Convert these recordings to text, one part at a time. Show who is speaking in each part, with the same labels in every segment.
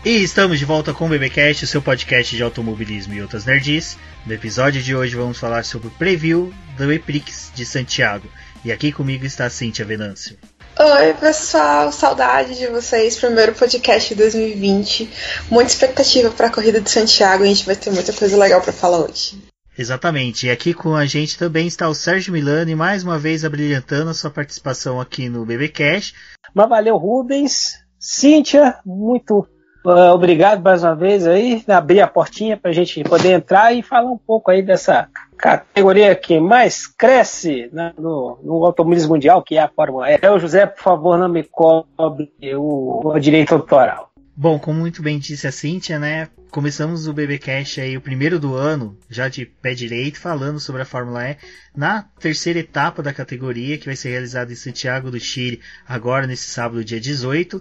Speaker 1: E estamos de volta com o BBcast, o seu podcast de automobilismo e outras nerds. No episódio de hoje vamos falar sobre o preview do E-Prix de Santiago. E aqui comigo está a Cíntia Venâncio.
Speaker 2: Oi pessoal, saudade de vocês, primeiro podcast de 2020. Muita expectativa para a corrida de Santiago, a gente vai ter muita coisa legal para falar hoje.
Speaker 1: Exatamente, e aqui com a gente também está o Sérgio Milani, mais uma vez abrilhantando a sua participação aqui no BBcast.
Speaker 3: Mas valeu, Rubens, Cíntia, muito obrigado mais uma vez aí, abrir a portinha para a gente poder entrar e falar um pouco aí dessa categoria que mais cresce, né, no automobilismo mundial, que é a Fórmula E. Eu, José, por favor, não me cobre o direito autoral.
Speaker 1: Bom, como muito bem disse a Cíntia, né, começamos o BBcast aí, o primeiro do ano, já de pé direito, falando sobre a Fórmula E, na terceira etapa da categoria, que vai ser realizada em Santiago do Chile, agora nesse sábado, dia 18.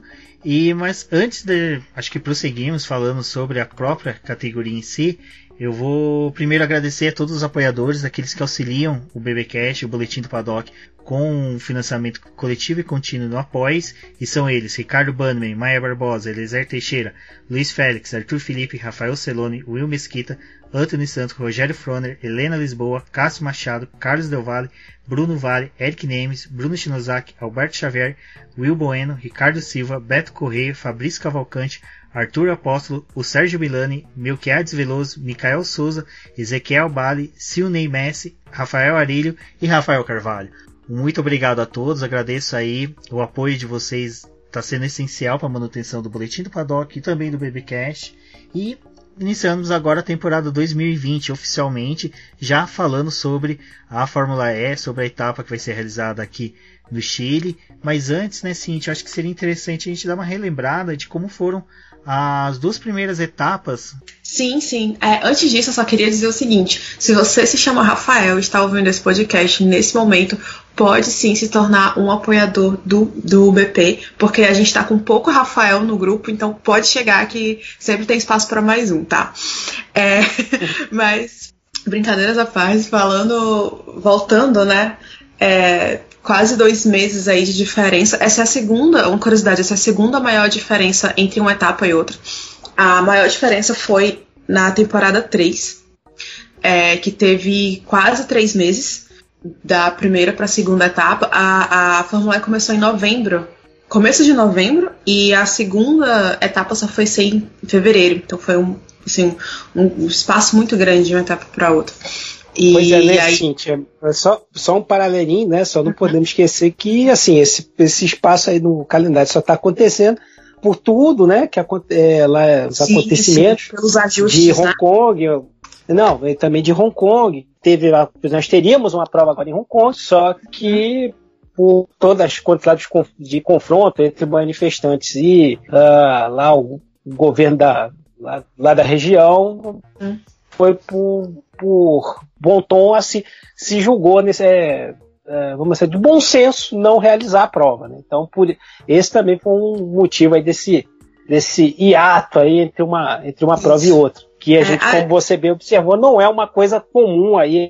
Speaker 1: Mas antes de, acho que prosseguimos falando sobre a própria categoria em si, eu vou primeiro agradecer a todos os apoiadores, aqueles que auxiliam o BBcast, o Boletim do Paddock, com financiamento coletivo e contínuo no Apoies, e são eles: Ricardo Bannerman, Maia Barbosa, Eliezer Teixeira, Luiz Félix, Arthur Felipe, Rafael Celone, Will Mesquita, Antônio Santos, Rogério Froner, Helena Lisboa, Cássio Machado, Carlos Del Valle, Bruno Vale, Eric Nemes, Bruno Shinozaki, Alberto Xavier, Will Bueno, Ricardo Silva, Beto Correia, Fabrício Cavalcante, Arthur Apóstolo, o Sérgio Milani, Melquiades Veloso, Micael Souza, Ezequiel Bali, Silney Messi, Rafael Arilho e Rafael Carvalho. Muito obrigado a todos, agradeço aí, o apoio de vocês está sendo essencial para a manutenção do Boletim do Paddock e também do BBcast. E iniciamos agora a temporada 2020 oficialmente, já falando sobre a Fórmula E, sobre a etapa que vai ser realizada aqui no Chile. Mas antes, né, Cintia, eu acho que seria interessante a gente dar uma relembrada de como foram as duas primeiras etapas.
Speaker 2: Sim. Antes disso, eu só queria dizer o seguinte: se você se chama Rafael e está ouvindo esse podcast nesse momento, pode sim se tornar um apoiador do BP, porque a gente está com pouco Rafael no grupo, então pode chegar que sempre tem espaço para mais um, tá? Mas, brincadeiras à parte, voltando, né? Quase 2 meses aí de diferença. Essa é a segunda, uma curiosidade, essa é a segunda maior diferença entre uma etapa e outra. A maior diferença foi na temporada 3, que teve quase 3 meses da primeira para a segunda etapa. A Fórmula E começou em novembro, começo de novembro, e a segunda etapa só foi ser em fevereiro. Então foi um espaço muito grande de uma etapa para outra.
Speaker 3: Pois é, né, Cíntia? Só um paralelinho, né? Só não podemos esquecer que, assim, esse espaço aí no calendário só está acontecendo por tudo, né? Que lá os acontecimentos
Speaker 2: pelos ajustes,
Speaker 3: de Hong Kong. Não, também de Hong Kong. Nós teríamos uma prova agora em Hong Kong, só que por todas as quantidades de confronto entre manifestantes e lá o governo lá da região foi por bom tom, assim, se julgou vamos dizer, de bom senso não realizar a prova, né? Então, esse também foi um motivo aí desse hiato aí entre uma prova e outra, que a gente, como você bem observou, não é uma coisa comum aí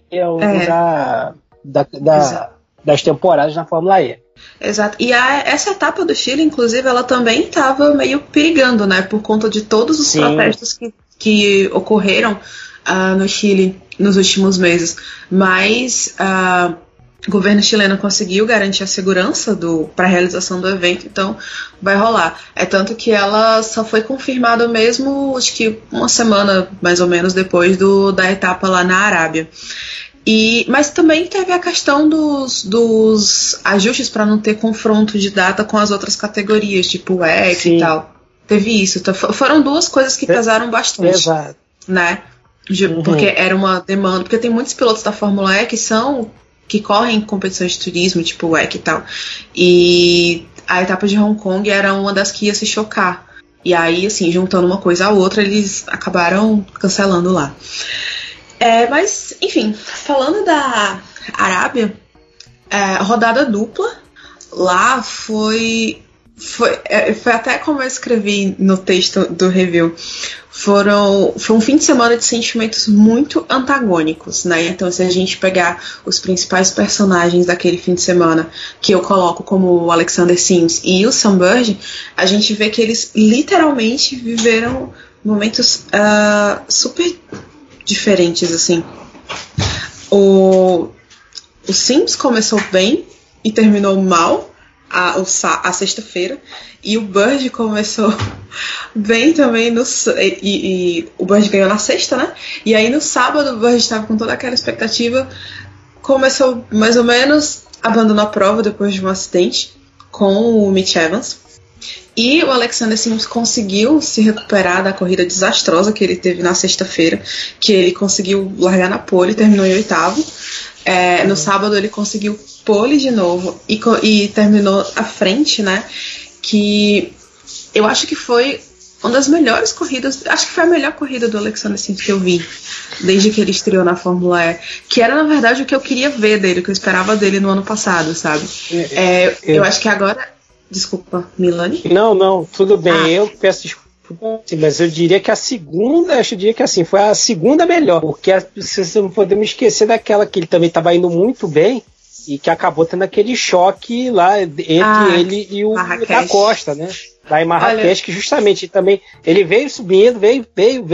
Speaker 3: das temporadas na Fórmula E.
Speaker 2: Exato, e essa etapa do Chile, inclusive, ela também estava meio perigando, né, por conta de todos os protestos que ocorreram no Chile nos últimos meses, mas o governo chileno conseguiu garantir a segurança para a realização do evento, então vai rolar. É tanto que ela só foi confirmada mesmo, acho que uma semana mais ou menos depois da etapa lá na Arábia. Mas também teve a questão dos ajustes para não ter confronto de data com as outras categorias, tipo o EC e tal. Teve isso. Então, foram duas coisas que pesaram bastante.
Speaker 3: Exato.
Speaker 2: Né? Porque era uma demanda. Porque tem muitos pilotos da Fórmula E que correm competições de turismo, tipo o WEC e tal. E a etapa de Hong Kong era uma das que ia se chocar. E aí, assim, juntando uma coisa à outra, eles acabaram cancelando lá. Mas, enfim, falando da Arábia, a rodada dupla lá foi Foi até como eu escrevi no texto do review. Foi um fim de semana de sentimentos muito antagônicos, né? Então, se a gente pegar os principais personagens daquele fim de semana, que eu coloco como o Alexander Sims e o Sam Burge, a gente vê que eles literalmente viveram momentos super diferentes, assim. O Sims começou bem e terminou mal a sexta-feira, e o Burge começou bem também e o Burge ganhou na sexta, né? E aí no sábado o Burge estava com toda aquela expectativa, começou mais ou menos, abandonou a prova depois de um acidente com o Mitch Evans, e o Alexander Sims conseguiu se recuperar da corrida desastrosa que ele teve na sexta-feira, que ele conseguiu largar na pole e terminou em oitavo. No sábado ele conseguiu pole de novo e terminou à frente, né? Que eu acho que foi uma das melhores corridas, acho que foi a melhor corrida do Alexander Sims que eu vi desde que ele estreou na Fórmula E, que era na verdade o que eu queria ver dele, o que eu esperava dele no ano passado, sabe? Eu acho que agora... Desculpa, Milani?
Speaker 3: Não, tudo bem, eu peço desculpa. Mas eu diria que foi a segunda melhor, porque vocês não podemos esquecer daquela que ele também estava indo muito bem e que acabou tendo aquele choque lá entre ele e o da Costa, né? Lá em Marrakech, que justamente também ele veio subindo, veio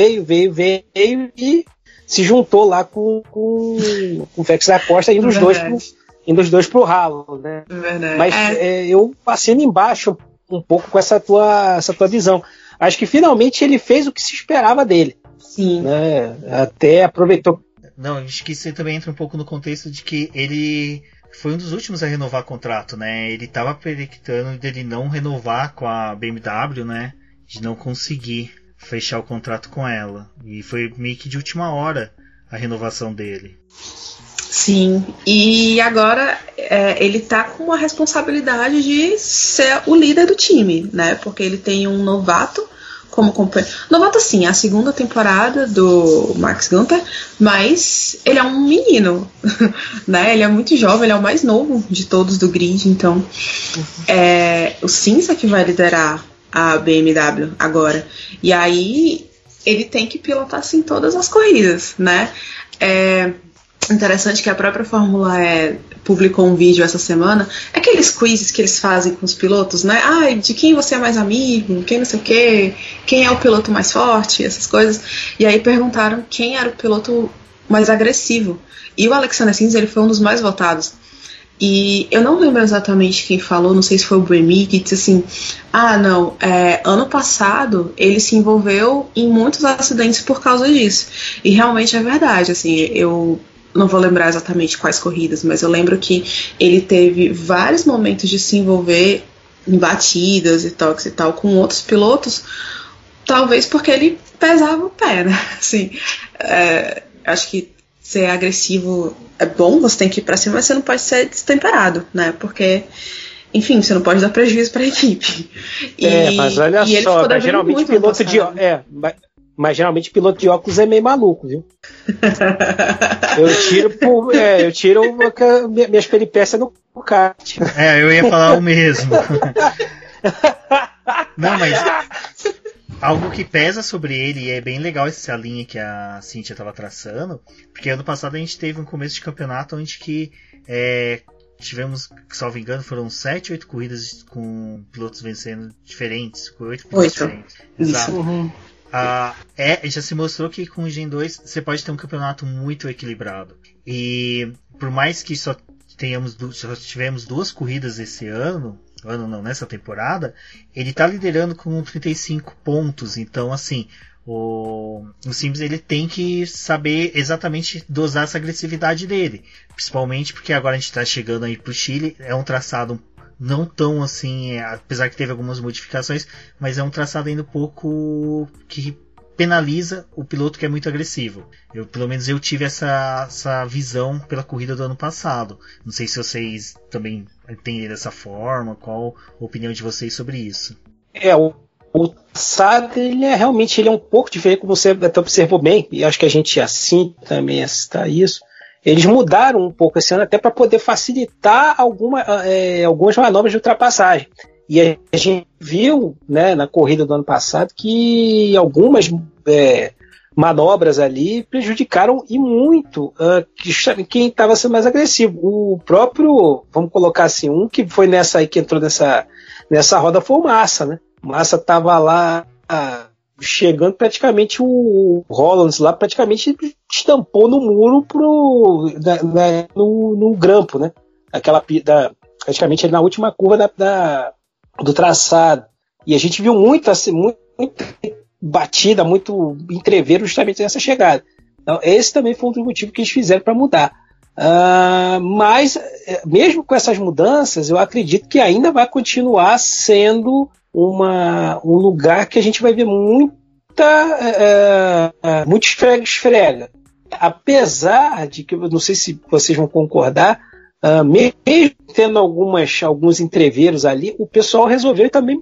Speaker 3: e se juntou lá com o Félix da Costa, indo os dois pro ralo, né?
Speaker 2: Verdade.
Speaker 3: Mas eu assino embaixo um pouco com essa tua visão. Acho que finalmente ele fez o que se esperava dele.
Speaker 2: Sim.
Speaker 3: Né? Até aproveitou.
Speaker 1: Não, acho que isso também entra um pouco no contexto de que ele foi um dos últimos a renovar contrato, né? Ele estava perictando dele não renovar com a BMW, né? De não conseguir fechar o contrato com ela. E foi meio que de última hora a renovação dele.
Speaker 2: Sim, e agora ele tá com uma responsabilidade de ser o líder do time, né? Porque ele tem um novato como companheiro. Novato, sim, a segunda temporada do Max Gunther, mas ele é um menino, né? Ele é muito jovem, ele é o mais novo de todos do grid, então o Cinza que vai liderar a BMW agora. E aí ele tem que pilotar assim todas as corridas, né? Interessante que a própria Fórmula E publicou um vídeo essa semana, aqueles quizzes que eles fazem com os pilotos, né? De quem você é mais amigo, quem não sei o quê, quem é o piloto mais forte, essas coisas. E aí perguntaram quem era o piloto mais agressivo. E o Alexander Sims, ele foi um dos mais votados. E eu não lembro exatamente quem falou, não sei se foi o Buemi, que disse assim, ano passado ele se envolveu em muitos acidentes por causa disso. E realmente é verdade, assim, eu não vou lembrar exatamente quais corridas, mas eu lembro que ele teve vários momentos de se envolver em batidas e toques e tal com outros pilotos, talvez porque ele pesava o pé, né? Assim, acho que ser agressivo é bom, você tem que ir pra cima, mas você não pode ser destemperado, né? Porque, enfim, você não pode dar prejuízo pra equipe.
Speaker 3: Mas olha só, mas geralmente piloto mas geralmente piloto de óculos é meio maluco, viu? Eu tiro minhas peripécias no kart.
Speaker 1: Eu ia falar o mesmo. Não, mas algo que pesa sobre ele, e é bem legal essa linha que a Cíntia estava traçando, porque ano passado a gente teve um começo de campeonato onde que tivemos, salvo engano, foram 7, 8 corridas com pilotos vencendo diferentes, com 8 pilotos diferentes. Exato. Uhum. Já se mostrou que com o Gen 2 você pode ter um campeonato muito equilibrado. E por mais que só tivemos 2 corridas esse nessa temporada, ele está liderando com 35 pontos. Então, assim, o Sims ele tem que saber exatamente dosar essa agressividade dele. Principalmente porque agora a gente está chegando aí para o Chile, é um traçado não tão assim, apesar que teve algumas modificações, mas é um traçado ainda um pouco que penaliza o piloto que é muito agressivo. Pelo menos eu tive essa visão pela corrida do ano passado. Não sei se vocês também entendem dessa forma, qual a opinião de vocês sobre isso.
Speaker 3: O traçado ele é um pouco diferente, como você até observou bem, e acho que a gente assim também está isso. Eles mudaram um pouco esse ano até para poder facilitar algumas manobras de ultrapassagem. E a gente viu, né, na corrida do ano passado que algumas manobras ali prejudicaram e muito quem estava sendo mais agressivo. O próprio, vamos colocar assim, um que foi nessa aí que entrou nessa roda foi o Massa, né? O Massa estava lá chegando praticamente, o Hollands lá praticamente estampou no muro no grampo, né? Praticamente na última curva do traçado. E a gente viu muito batida, muito entreveiro justamente nessa chegada. Então, esse também foi um motivo que eles fizeram para mudar. Mas, mesmo com essas mudanças, eu acredito que ainda vai continuar sendo um lugar que a gente vai ver muito esfrega. Apesar de que, eu não sei se vocês vão concordar, mesmo tendo alguns entreveros ali, o pessoal resolveu também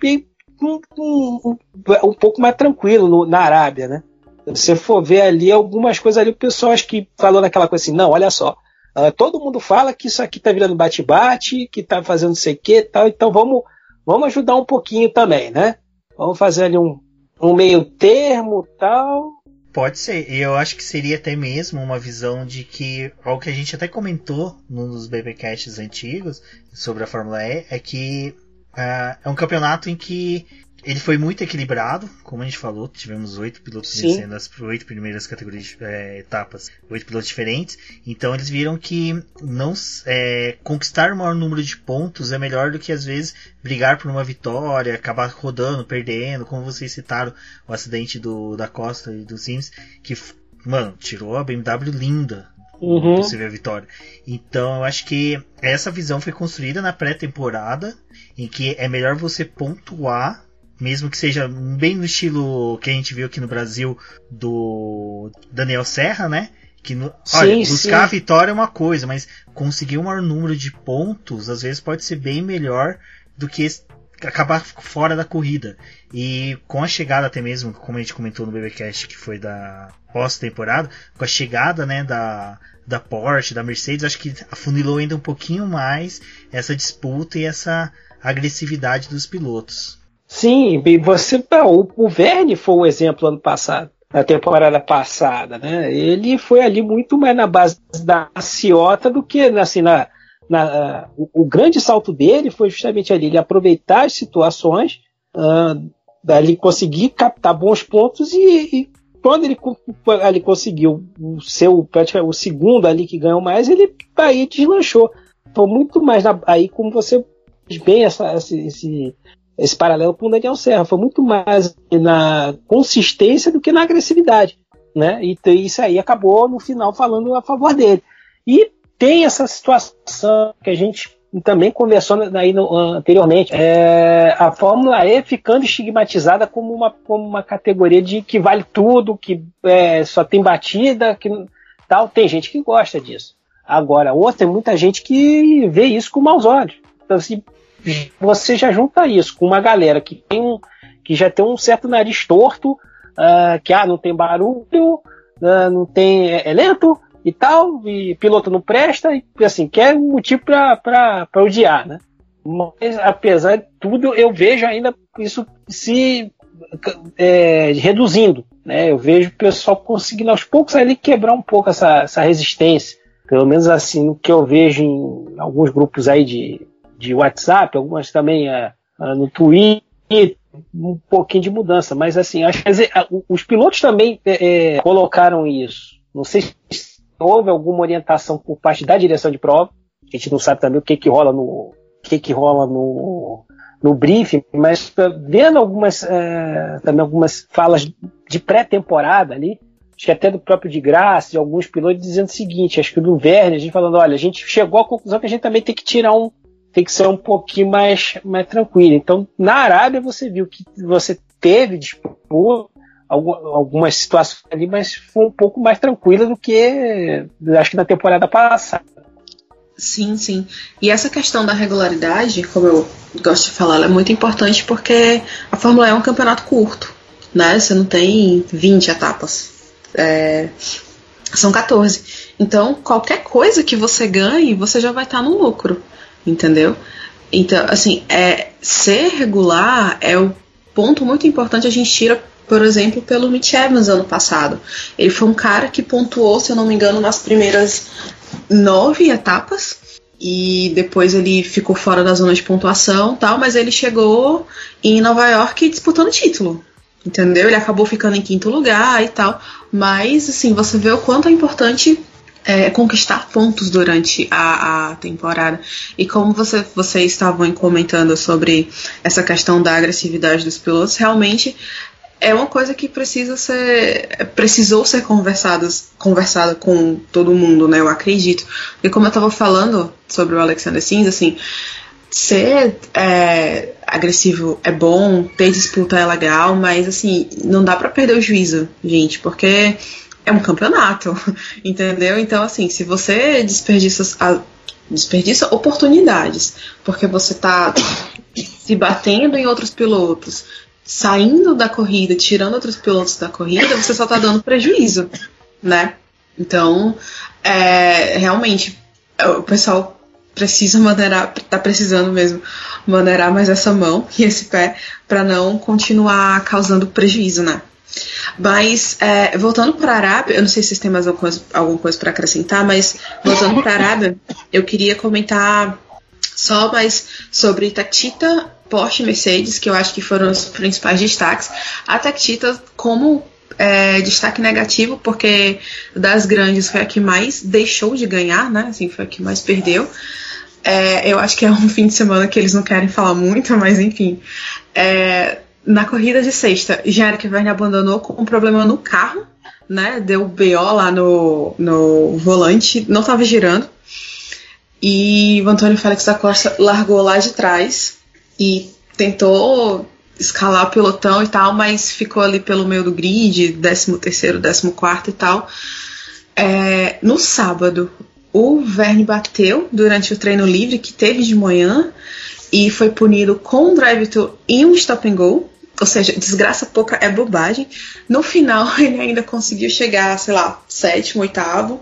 Speaker 3: um pouco mais tranquilo na Arábia, né? Se você for ver ali algumas coisas ali, o pessoal acho que falou naquela coisa assim, não, olha só, todo mundo fala que isso aqui tá virando bate-bate, que tá fazendo não sei o que tal, então vamos ajudar um pouquinho também, né? Vamos fazer ali um meio termo tal.
Speaker 1: Pode ser, eu acho que seria até mesmo uma visão de que, algo que a gente até comentou nos BBcasts antigos sobre a Fórmula E, é que é um campeonato em que ele foi muito equilibrado, como a gente falou, tivemos 8 pilotos vencendo as 8 primeiras categorias etapas, 8 pilotos diferentes, então eles viram que conquistar o maior número de pontos é melhor do que às vezes brigar por uma vitória, acabar rodando, perdendo, como vocês citaram o acidente da Costa e do Sims, que, mano, tirou a BMW linda. Possível vitória. Então eu acho que essa visão foi construída na pré-temporada, em que é melhor você pontuar, mesmo que seja bem no estilo que a gente viu aqui no Brasil do Daniel Serra, né? Que buscar a vitória é uma coisa, mas conseguir um maior número de pontos às vezes pode ser bem melhor do que acabar fora da corrida. E com a chegada até mesmo, como a gente comentou no BBcast, que foi da pós-temporada, com a chegada, né, da Porsche, da Mercedes, acho que afunilou ainda um pouquinho mais essa disputa e essa agressividade dos pilotos.
Speaker 3: Sim, o Vergne foi um exemplo ano passado, na temporada passada, né? Ele foi ali muito mais na base da maciota do que assim, o grande salto dele foi justamente ali, ele aproveitar as situações, ali conseguir captar bons pontos e quando ele conseguiu ser praticamente o segundo ali que ganhou mais, ele aí deslanchou. Foi muito mais aí, como você diz bem, esse paralelo com o Daniel Serra, foi muito mais na consistência do que na agressividade, né? E isso aí acabou no final falando a favor dele. E tem essa situação que a gente também conversou aí anteriormente, a Fórmula E ficando estigmatizada como uma categoria de que vale tudo, que só tem batida, que tal. Tem gente que gosta disso. Agora, tem muita gente que vê isso com maus olhos. Então, assim, você já junta isso com uma galera que já tem um certo nariz torto, que não tem barulho, não tem, é lento e tal, e piloto não presta, e assim, quer um motivo para odiar, né? Mas, apesar de tudo, eu vejo ainda isso se reduzindo, né? Eu vejo o pessoal conseguindo aos poucos ali quebrar um pouco essa resistência, pelo menos assim, no que eu vejo em alguns grupos aí de WhatsApp, algumas também no Twitter, um pouquinho de mudança, mas assim, acho que os pilotos também colocaram isso. Não sei se houve alguma orientação por parte da direção de prova. A gente não sabe também o que rola no briefing, mas vendo também algumas falas de pré-temporada ali, acho que até do próprio de Graça, de alguns pilotos dizendo o seguinte, acho que do Vergne, a gente falando, olha, a gente chegou à conclusão que a gente também tem que ser um pouquinho mais tranquilo. Então, na Arábia você viu que você teve disputa, algumas situações ali, mas foi um pouco mais tranquila do que acho que na temporada passada.
Speaker 2: Sim, sim. E essa questão da regularidade, como eu gosto de falar, ela é muito importante porque a Fórmula E é um campeonato curto, né? Você não tem 20 etapas. São 14. Então, qualquer coisa que você ganhe, você já vai estar no lucro, entendeu? Então, assim, ser regular é o ponto muito importante. A gente tira, por exemplo, pelo Mitch Evans ano passado. Ele foi um cara que pontuou, se eu não me engano, nas primeiras 9 etapas. E depois ele ficou fora da zona de pontuação, tal, mas ele chegou em Nova York disputando título. Entendeu? Ele acabou ficando em 5º lugar e tal. Mas, assim, você vê o quanto é importante conquistar pontos durante a temporada. E como vocês estavam comentando sobre essa questão da agressividade dos pilotos, realmente é uma coisa que precisou ser conversada com todo mundo, né? Eu acredito. E como eu estava falando sobre o Alexander Sims, assim, ser agressivo é bom, ter disputa é legal, mas assim, não dá pra perder o juízo, gente, porque é um campeonato, entendeu? Então, assim, se você desperdiça oportunidades, porque você tá se batendo em outros pilotos, saindo da corrida, tirando outros pilotos da corrida, você só tá dando prejuízo, né? Então, realmente, o pessoal precisa maneirar, tá precisando mesmo maneirar mais essa mão e esse pé para não continuar causando prejuízo, né? Mas, voltando para a Arábia, eu não sei se vocês têm mais alguma coisa para acrescentar, mas voltando para a Arábia, eu queria comentar só mais sobre Tektita, Porsche e Mercedes, que eu acho que foram os principais destaques. A Tektita como destaque negativo, porque das grandes foi a que mais deixou de ganhar, né? Assim, foi a que mais perdeu. Eu acho que é um fim de semana que eles não querem falar muito, mas enfim. Na corrida de sexta, Jean-Eric Vergne abandonou com um problema no carro, né? Deu BO lá no volante, não estava girando. E o Antônio Félix da Costa largou lá de trás e tentou escalar o pelotão e tal, mas ficou ali pelo meio do grid, 13º, 14º e tal. No sábado, o Vergne bateu durante o treino livre que teve de manhã e foi punido com um drive-thru e um stop and go. Ou seja, desgraça pouca é bobagem. No final, ele ainda conseguiu chegar, sei lá, 7º, 8º.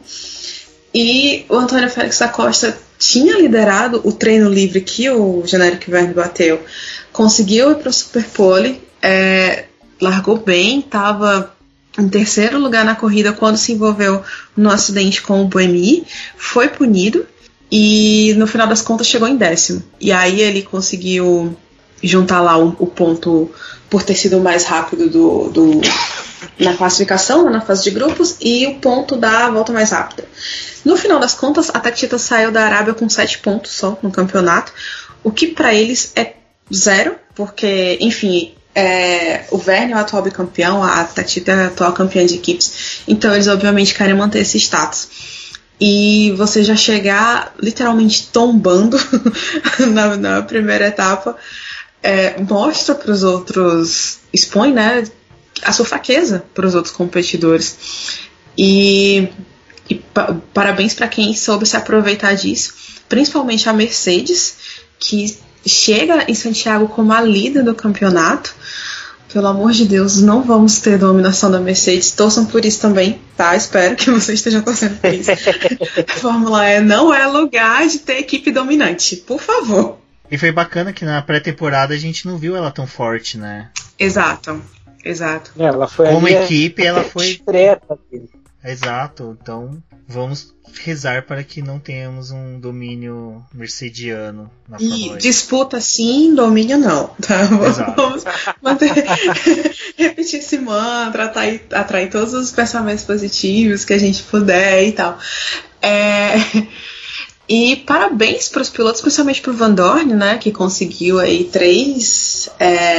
Speaker 2: E o Antônio Félix da Costa tinha liderado o treino livre que o Jean-Eric Vergne bateu. Conseguiu ir para o Superpole, largou bem, estava em 3º lugar na corrida quando se envolveu no acidente com o Buemi. Foi punido e no final das contas chegou em 10º. E aí ele conseguiu juntar lá o ponto por ter sido o mais rápido na classificação, na fase de grupos, e o ponto da volta mais rápida. No final das contas, a Tektita saiu da Arábia com 7 pontos só no campeonato, o que para eles é 0, porque, enfim, o Vergne é o atual bicampeão, a Tektita é a atual campeã de equipes, então eles obviamente querem manter esse status. E você já chegar literalmente tombando na primeira etapa, mostra para os outros, expõe, né, a sua fraqueza para os outros competidores. E parabéns para quem soube se aproveitar disso, principalmente a Mercedes, que chega em Santiago como a líder do campeonato. Pelo amor de Deus, não vamos ter dominação da Mercedes. Torçam por isso também, tá? Espero que você esteja torcendo por isso. A Fórmula E não é lugar de ter equipe dominante, por favor.
Speaker 1: E foi bacana que na pré-temporada a gente não viu ela tão forte, né?
Speaker 2: Exato.
Speaker 3: Ela foi
Speaker 1: como equipe, ela foi
Speaker 3: discreta.
Speaker 1: Exato, então vamos rezar para que não tenhamos um domínio mercediano na Fórmula E.
Speaker 2: Disputa sim, domínio não, tá? Vamos manter, repetir esse mantra, atrair todos os pensamentos positivos que a gente puder e tal. E parabéns para os pilotos, principalmente para o Vandoorne, né, que conseguiu aí 2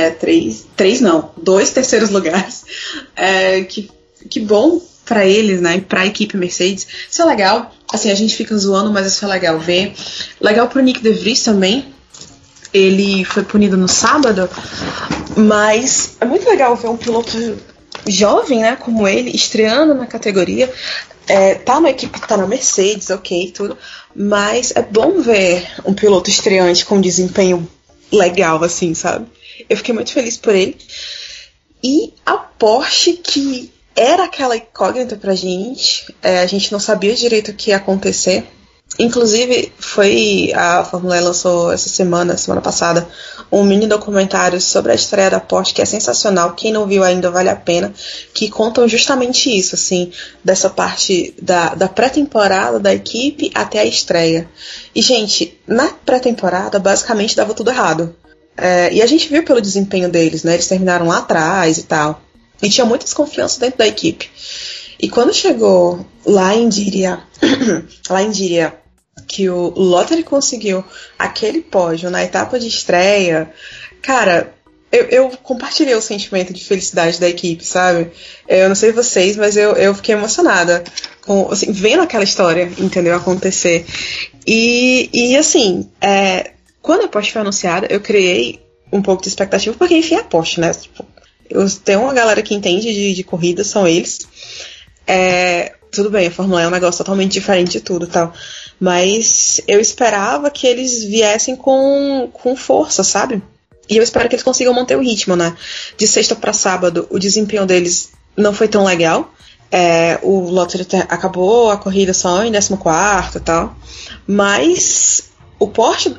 Speaker 2: terceiros lugares. Que bom para eles, né, e para a equipe Mercedes. Isso é legal, assim, a gente fica zoando, mas isso é legal ver. Legal para o Nick De Vries também. Ele foi punido no sábado, mas é muito legal ver um piloto jovem, né, como ele, estreando na categoria. Tá na equipe, tá na Mercedes, ok, tudo, mas é bom ver um piloto estreante com desempenho legal, assim, sabe? Eu fiquei muito feliz por ele. E a Porsche, que era aquela incógnita pra gente, a gente não sabia direito o que ia acontecer. Inclusive, a Fórmula E lançou essa semana passada, um mini documentário sobre a estreia da Porsche, que é sensacional. Quem não viu ainda, vale a pena, que contam justamente isso, assim, dessa parte da pré-temporada da equipe até a estreia. E, gente, na pré-temporada, basicamente, dava tudo errado. E a gente viu pelo desempenho deles, né? Eles terminaram lá atrás e tal. E tinha muita desconfiança dentro da equipe. E quando chegou lá em Diriyah, que o Lottery conseguiu aquele pódio na etapa de estreia, cara, eu compartilhei o sentimento de felicidade da equipe, sabe? Eu não sei vocês, mas eu fiquei emocionada assim, vendo aquela história, entendeu, acontecer. E assim, quando a Porsche foi anunciada, eu criei um pouco de expectativa, porque enfim é a Porsche, né? Tipo, tem uma galera que entende de corrida, são eles. Tudo bem, a Fórmula E é um negócio totalmente diferente de tudo e tal. Mas eu esperava que eles viessem com força, sabe? E eu espero que eles consigam manter o ritmo, né? De sexta para sábado, o desempenho deles não foi tão legal. O Lottery acabou a corrida só em 14º e tal. Mas o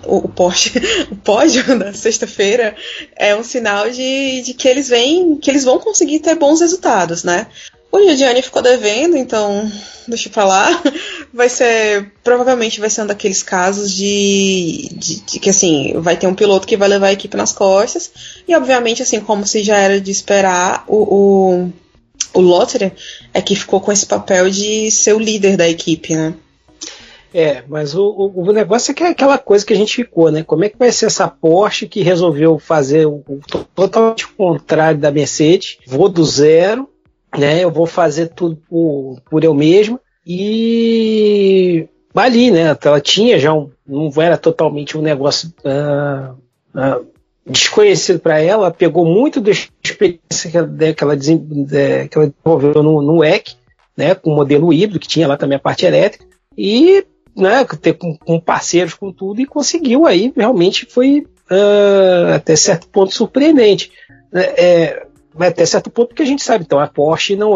Speaker 2: pódio da sexta-feira é um sinal de que eles vão conseguir ter bons resultados, né? O Giugiani ficou devendo, então deixa pra lá. Provavelmente vai ser um daqueles casos de que, assim, vai ter um piloto que vai levar a equipe nas costas. E, obviamente, assim, como se já era de esperar, o Lottery é que ficou com esse papel de ser o líder da equipe, né?
Speaker 3: Mas o negócio é que é aquela coisa que a gente ficou, né? Como é que vai ser essa Porsche que resolveu fazer totalmente o contrário da Mercedes? Vou do zero, né? Eu vou fazer tudo por eu mesma. E ali, né? Ela tinha já não era totalmente um negócio desconhecido para ela. Pegou muito da experiência que ela desenvolveu no WEC, né? Com o modelo híbrido, que tinha lá também a parte elétrica. E, né, com parceiros, com tudo, e conseguiu aí, realmente foi até certo ponto surpreendente. Até certo ponto que a gente sabe, então a Porsche não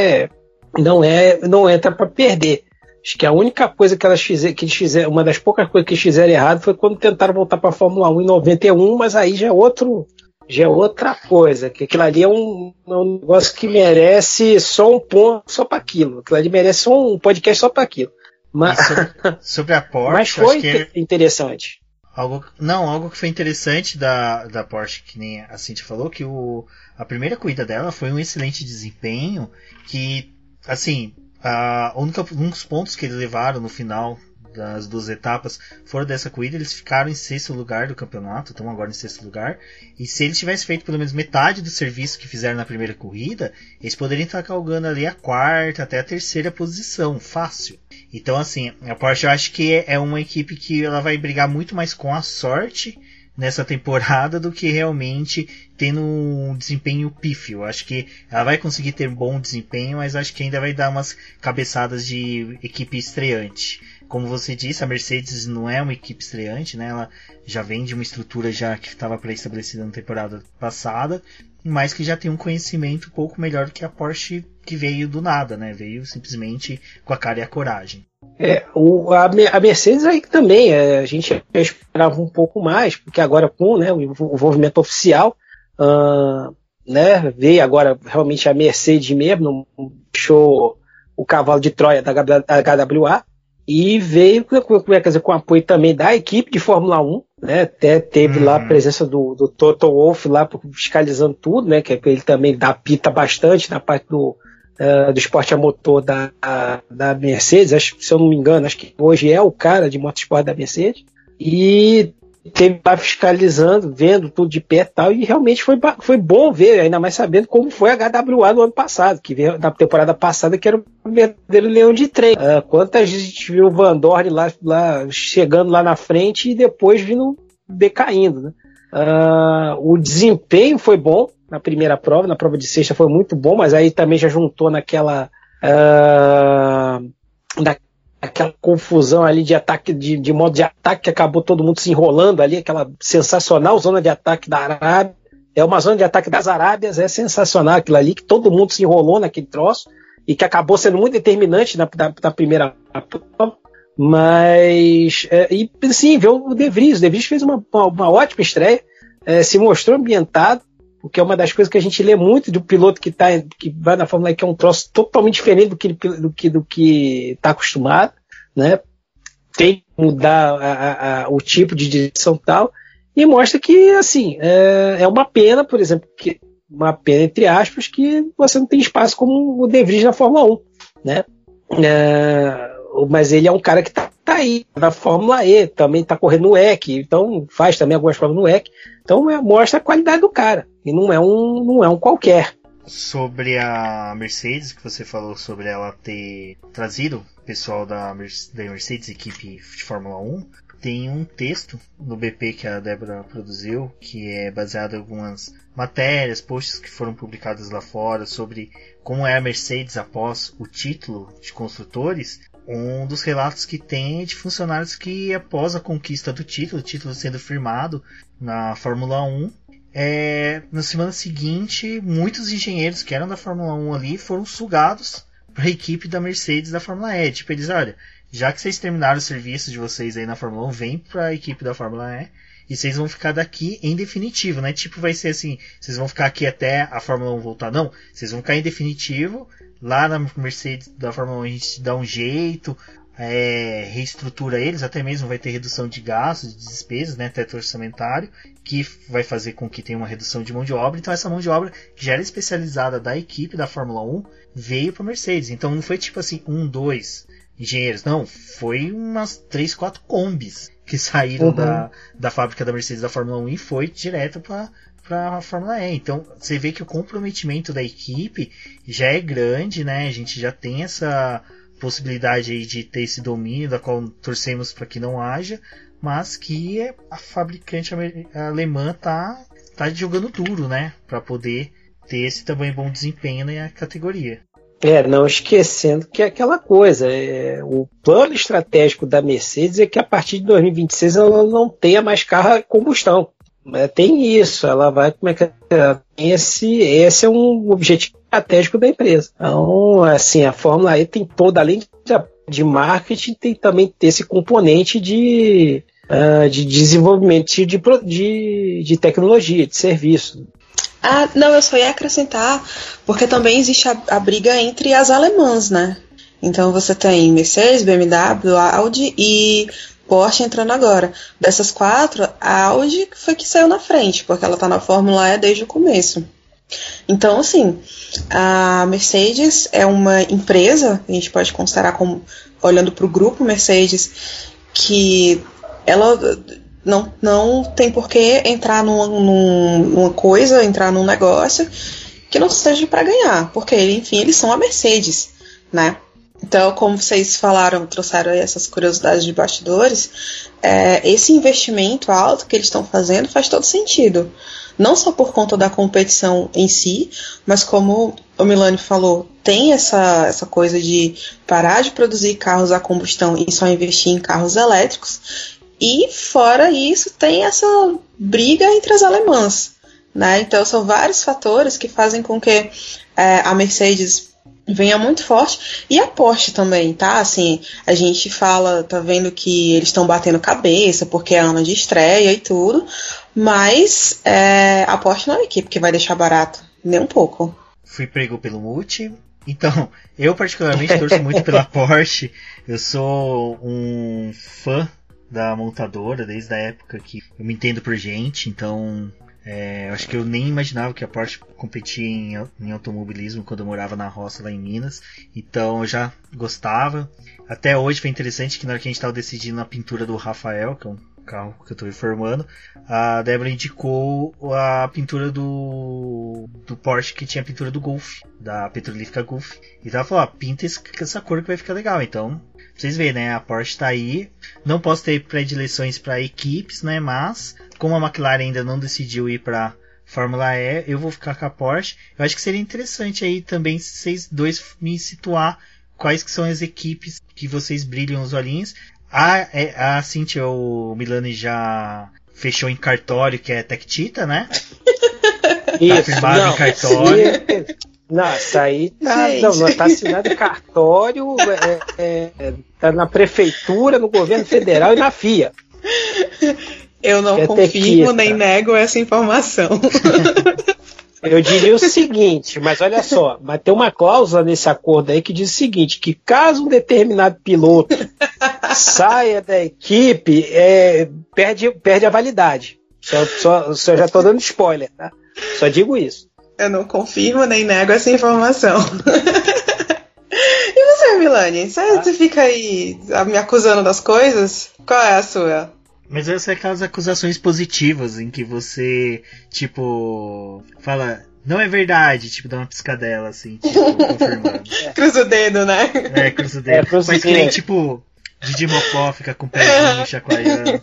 Speaker 3: entra para perder. Acho que a única coisa que eles fizeram, uma das poucas coisas que eles fizeram errado foi quando tentaram voltar para a Fórmula 1 em 91, mas aí já é outra coisa, que aquilo ali é um negócio que merece só um ponto, só para aquilo. Aquilo ali merece só um podcast só para aquilo. Mas,
Speaker 1: sobre a Porsche,
Speaker 3: mas foi interessante.
Speaker 1: Algo que foi interessante da Porsche, que nem a Cintia falou, que a primeira corrida dela foi um excelente desempenho, que, assim, um dos pontos que eles levaram no final das 2 etapas foram dessa corrida, eles ficaram em 6º lugar do campeonato, estão agora em 6º lugar, e se eles tivessem feito pelo menos metade do serviço que fizeram na primeira corrida, eles poderiam estar galgando ali a 4ª até a 3ª posição, fácil. Então, assim, a Porsche eu acho que é uma equipe que ela vai brigar muito mais com a sorte nessa temporada do que realmente tendo um desempenho pífio. Acho que ela vai conseguir ter bom desempenho, mas acho que ainda vai dar umas cabeçadas de equipe estreante. Como você disse, a Mercedes não é uma equipe estreante, né? Ela já vem de uma estrutura já que estava pré-estabelecida na temporada passada, mas que já tem um conhecimento um pouco melhor do que a Porsche, que veio do nada, né? Veio simplesmente com a cara e a coragem.
Speaker 3: A Mercedes aí também, a gente esperava um pouco mais, porque agora com, né, o envolvimento oficial, né, veio agora realmente a Mercedes mesmo, não deixou o cavalo de Troia da HWA, e veio com apoio também da equipe de Fórmula 1, né, até teve lá a presença do Toto Wolff lá fiscalizando tudo, né, que ele também apita bastante na parte do esporte a motor da Mercedes, se eu não me engano, acho que hoje é o cara de motorsport da Mercedes, e teve lá fiscalizando, vendo tudo de perto e tal, e realmente foi bom ver, ainda mais sabendo como foi a HWA no ano passado, que veio na temporada passada, que era um verdadeiro leão de trem. Quantas vezes a gente viu o Van Dorn lá chegando lá na frente e depois vindo decaindo, né? O desempenho foi bom na primeira prova, na prova de sexta foi muito bom, mas aí também já juntou naquela confusão ali de ataque, de modo de ataque, que acabou todo mundo se enrolando ali, aquela sensacional zona de ataque da Arábia, é uma zona de ataque das Arábias, é sensacional aquilo ali, que todo mundo se enrolou naquele troço, e que acabou sendo muito determinante na primeira prova, Mas, e sim, ver o De Vries. O De Vries fez uma ótima estreia, se mostrou ambientado, o que é uma das coisas que a gente lê muito do piloto que vai na Fórmula E, que é um troço totalmente diferente do que está acostumado, né? Tem que mudar o tipo de direção e tal, e mostra que, assim, é uma pena, por exemplo, uma pena, entre aspas, que você não tem espaço como o De Vries na Fórmula 1, né? Mas ele é um cara que tá aí na Fórmula E, também tá correndo no WEC, então faz também algumas provas no WEC, então mostra a qualidade do cara, e não é um qualquer.
Speaker 1: Sobre a Mercedes, que você falou sobre ela ter trazido o pessoal da Mercedes, equipe de Fórmula 1, tem um texto no BP que a Débora produziu, que é baseado em algumas matérias, posts que foram publicados lá fora sobre como é a Mercedes após o título de construtores. Um dos relatos que tem é de funcionários que, após a conquista do título, o título sendo firmado na Fórmula 1, na semana seguinte, muitos engenheiros que eram da Fórmula 1 ali foram sugados para a equipe da Mercedes da Fórmula E. Tipo, eles, olha, já que vocês terminaram o serviço de vocês aí na Fórmula 1, vem para a equipe da Fórmula E e vocês vão ficar daqui em definitivo, né? Tipo, vai ser assim, vocês vão ficar aqui até a Fórmula 1 voltar. Não, vocês vão ficar em definitivo. Lá na Mercedes da Fórmula 1 a gente dá um jeito, reestrutura eles, até mesmo vai ter redução de gastos, de despesas, né, teto orçamentário, que vai fazer com que tenha uma redução de mão de obra. Então essa mão de obra, que já era especializada da equipe da Fórmula 1, veio para a Mercedes. Então não foi tipo assim, 1, 2 engenheiros, não, foi umas 3, 4 combis que saíram da fábrica da Mercedes da Fórmula 1 e foi direto para a Fórmula E. Então você vê que o comprometimento da equipe já é grande, né? A gente já tem essa possibilidade aí de ter esse domínio, da qual torcemos para que não haja, mas que a fabricante alemã tá jogando duro, né? Para poder ter esse também bom desempenho na categoria.
Speaker 3: Não esquecendo que é aquela coisa, o plano estratégico da Mercedes é que a partir de 2026 ela não tenha mais carro a combustão. Tem isso, ela vai, esse é um objetivo estratégico da empresa. Então, assim, a Fórmula E tem toda, além de marketing, tem também esse componente de desenvolvimento de tecnologia, de serviço.
Speaker 2: Não, eu só ia acrescentar, porque também existe a briga entre as alemãs, né? Então você tem Mercedes, BMW, Audi e Porsche entrando agora. Dessas 4, a Audi foi que saiu na frente, porque ela tá na Fórmula E desde o começo. Então, assim, a Mercedes é uma empresa, a gente pode considerar como, olhando para o grupo Mercedes, que ela não tem por que entrar numa coisa, entrar num negócio que não seja para ganhar, porque, enfim, eles são a Mercedes, né? Então, como vocês falaram, trouxeram aí essas curiosidades de bastidores, esse investimento alto que eles estão fazendo faz todo sentido. Não só por conta da competição em si, mas como o Milani falou, tem essa coisa de parar de produzir carros a combustão e só investir em carros elétricos. E, fora isso, tem essa briga entre as alemãs, né? Então, são vários fatores que fazem com que a Mercedes venha muito forte, e a Porsche também, tá? Assim, a gente tá vendo que eles estão batendo cabeça, porque é ano de estreia e tudo, mas a Porsche não é uma equipe que vai deixar barato, nem um pouco.
Speaker 1: Fui pego pelo Multi, então, eu particularmente torço muito pela Porsche, eu sou um fã da montadora, desde a época que eu me entendo por gente, então acho que eu nem imaginava que a Porsche competia em automobilismo quando eu morava na roça lá em Minas, então eu já gostava. Até hoje foi interessante que na hora que a gente estava decidindo a pintura do Rafael, que é um carro que eu estou reformando, a Débora indicou a pintura do Porsche, que tinha a pintura do Golf, da Petrolífica Golf, e ela falou, pinta essa cor que vai ficar legal. Então vocês veem, né? A Porsche está aí. Não posso ter predileções para equipes, né? Mas, como a McLaren ainda não decidiu ir para Fórmula E, eu vou ficar com a Porsche. Eu acho que seria interessante aí também vocês dois me situar quais que são as equipes que vocês brilham os olhinhos. A Cíntia, o Milani já fechou em cartório, que é Tech Cheetah, né?
Speaker 3: Isso,
Speaker 1: tá firmado em cartório.
Speaker 3: Não, isso aí não tá assinado em cartório, tá na prefeitura, no governo federal e na FIA.
Speaker 2: Eu não confirmo nem nego essa informação.
Speaker 3: Eu diria o seguinte, mas olha só, mas tem uma cláusula nesse acordo aí que diz o seguinte, que caso um determinado piloto saia da equipe, perde a validade. Só já estou dando spoiler, tá? Só digo isso.
Speaker 2: Eu não confirmo nem nego essa informação. E você, Milani? Você fica aí me acusando das coisas? Qual é a sua?
Speaker 1: Mas essas são aquelas acusações positivas em que você, tipo, fala, não é verdade, tipo, dá uma piscadela, assim, tipo, confirmando.
Speaker 2: Cruza o dedo, né?
Speaker 1: Cruza o dedo. Mas que nem, tipo, Didi Mocó fica com o pezinho chacoalhando.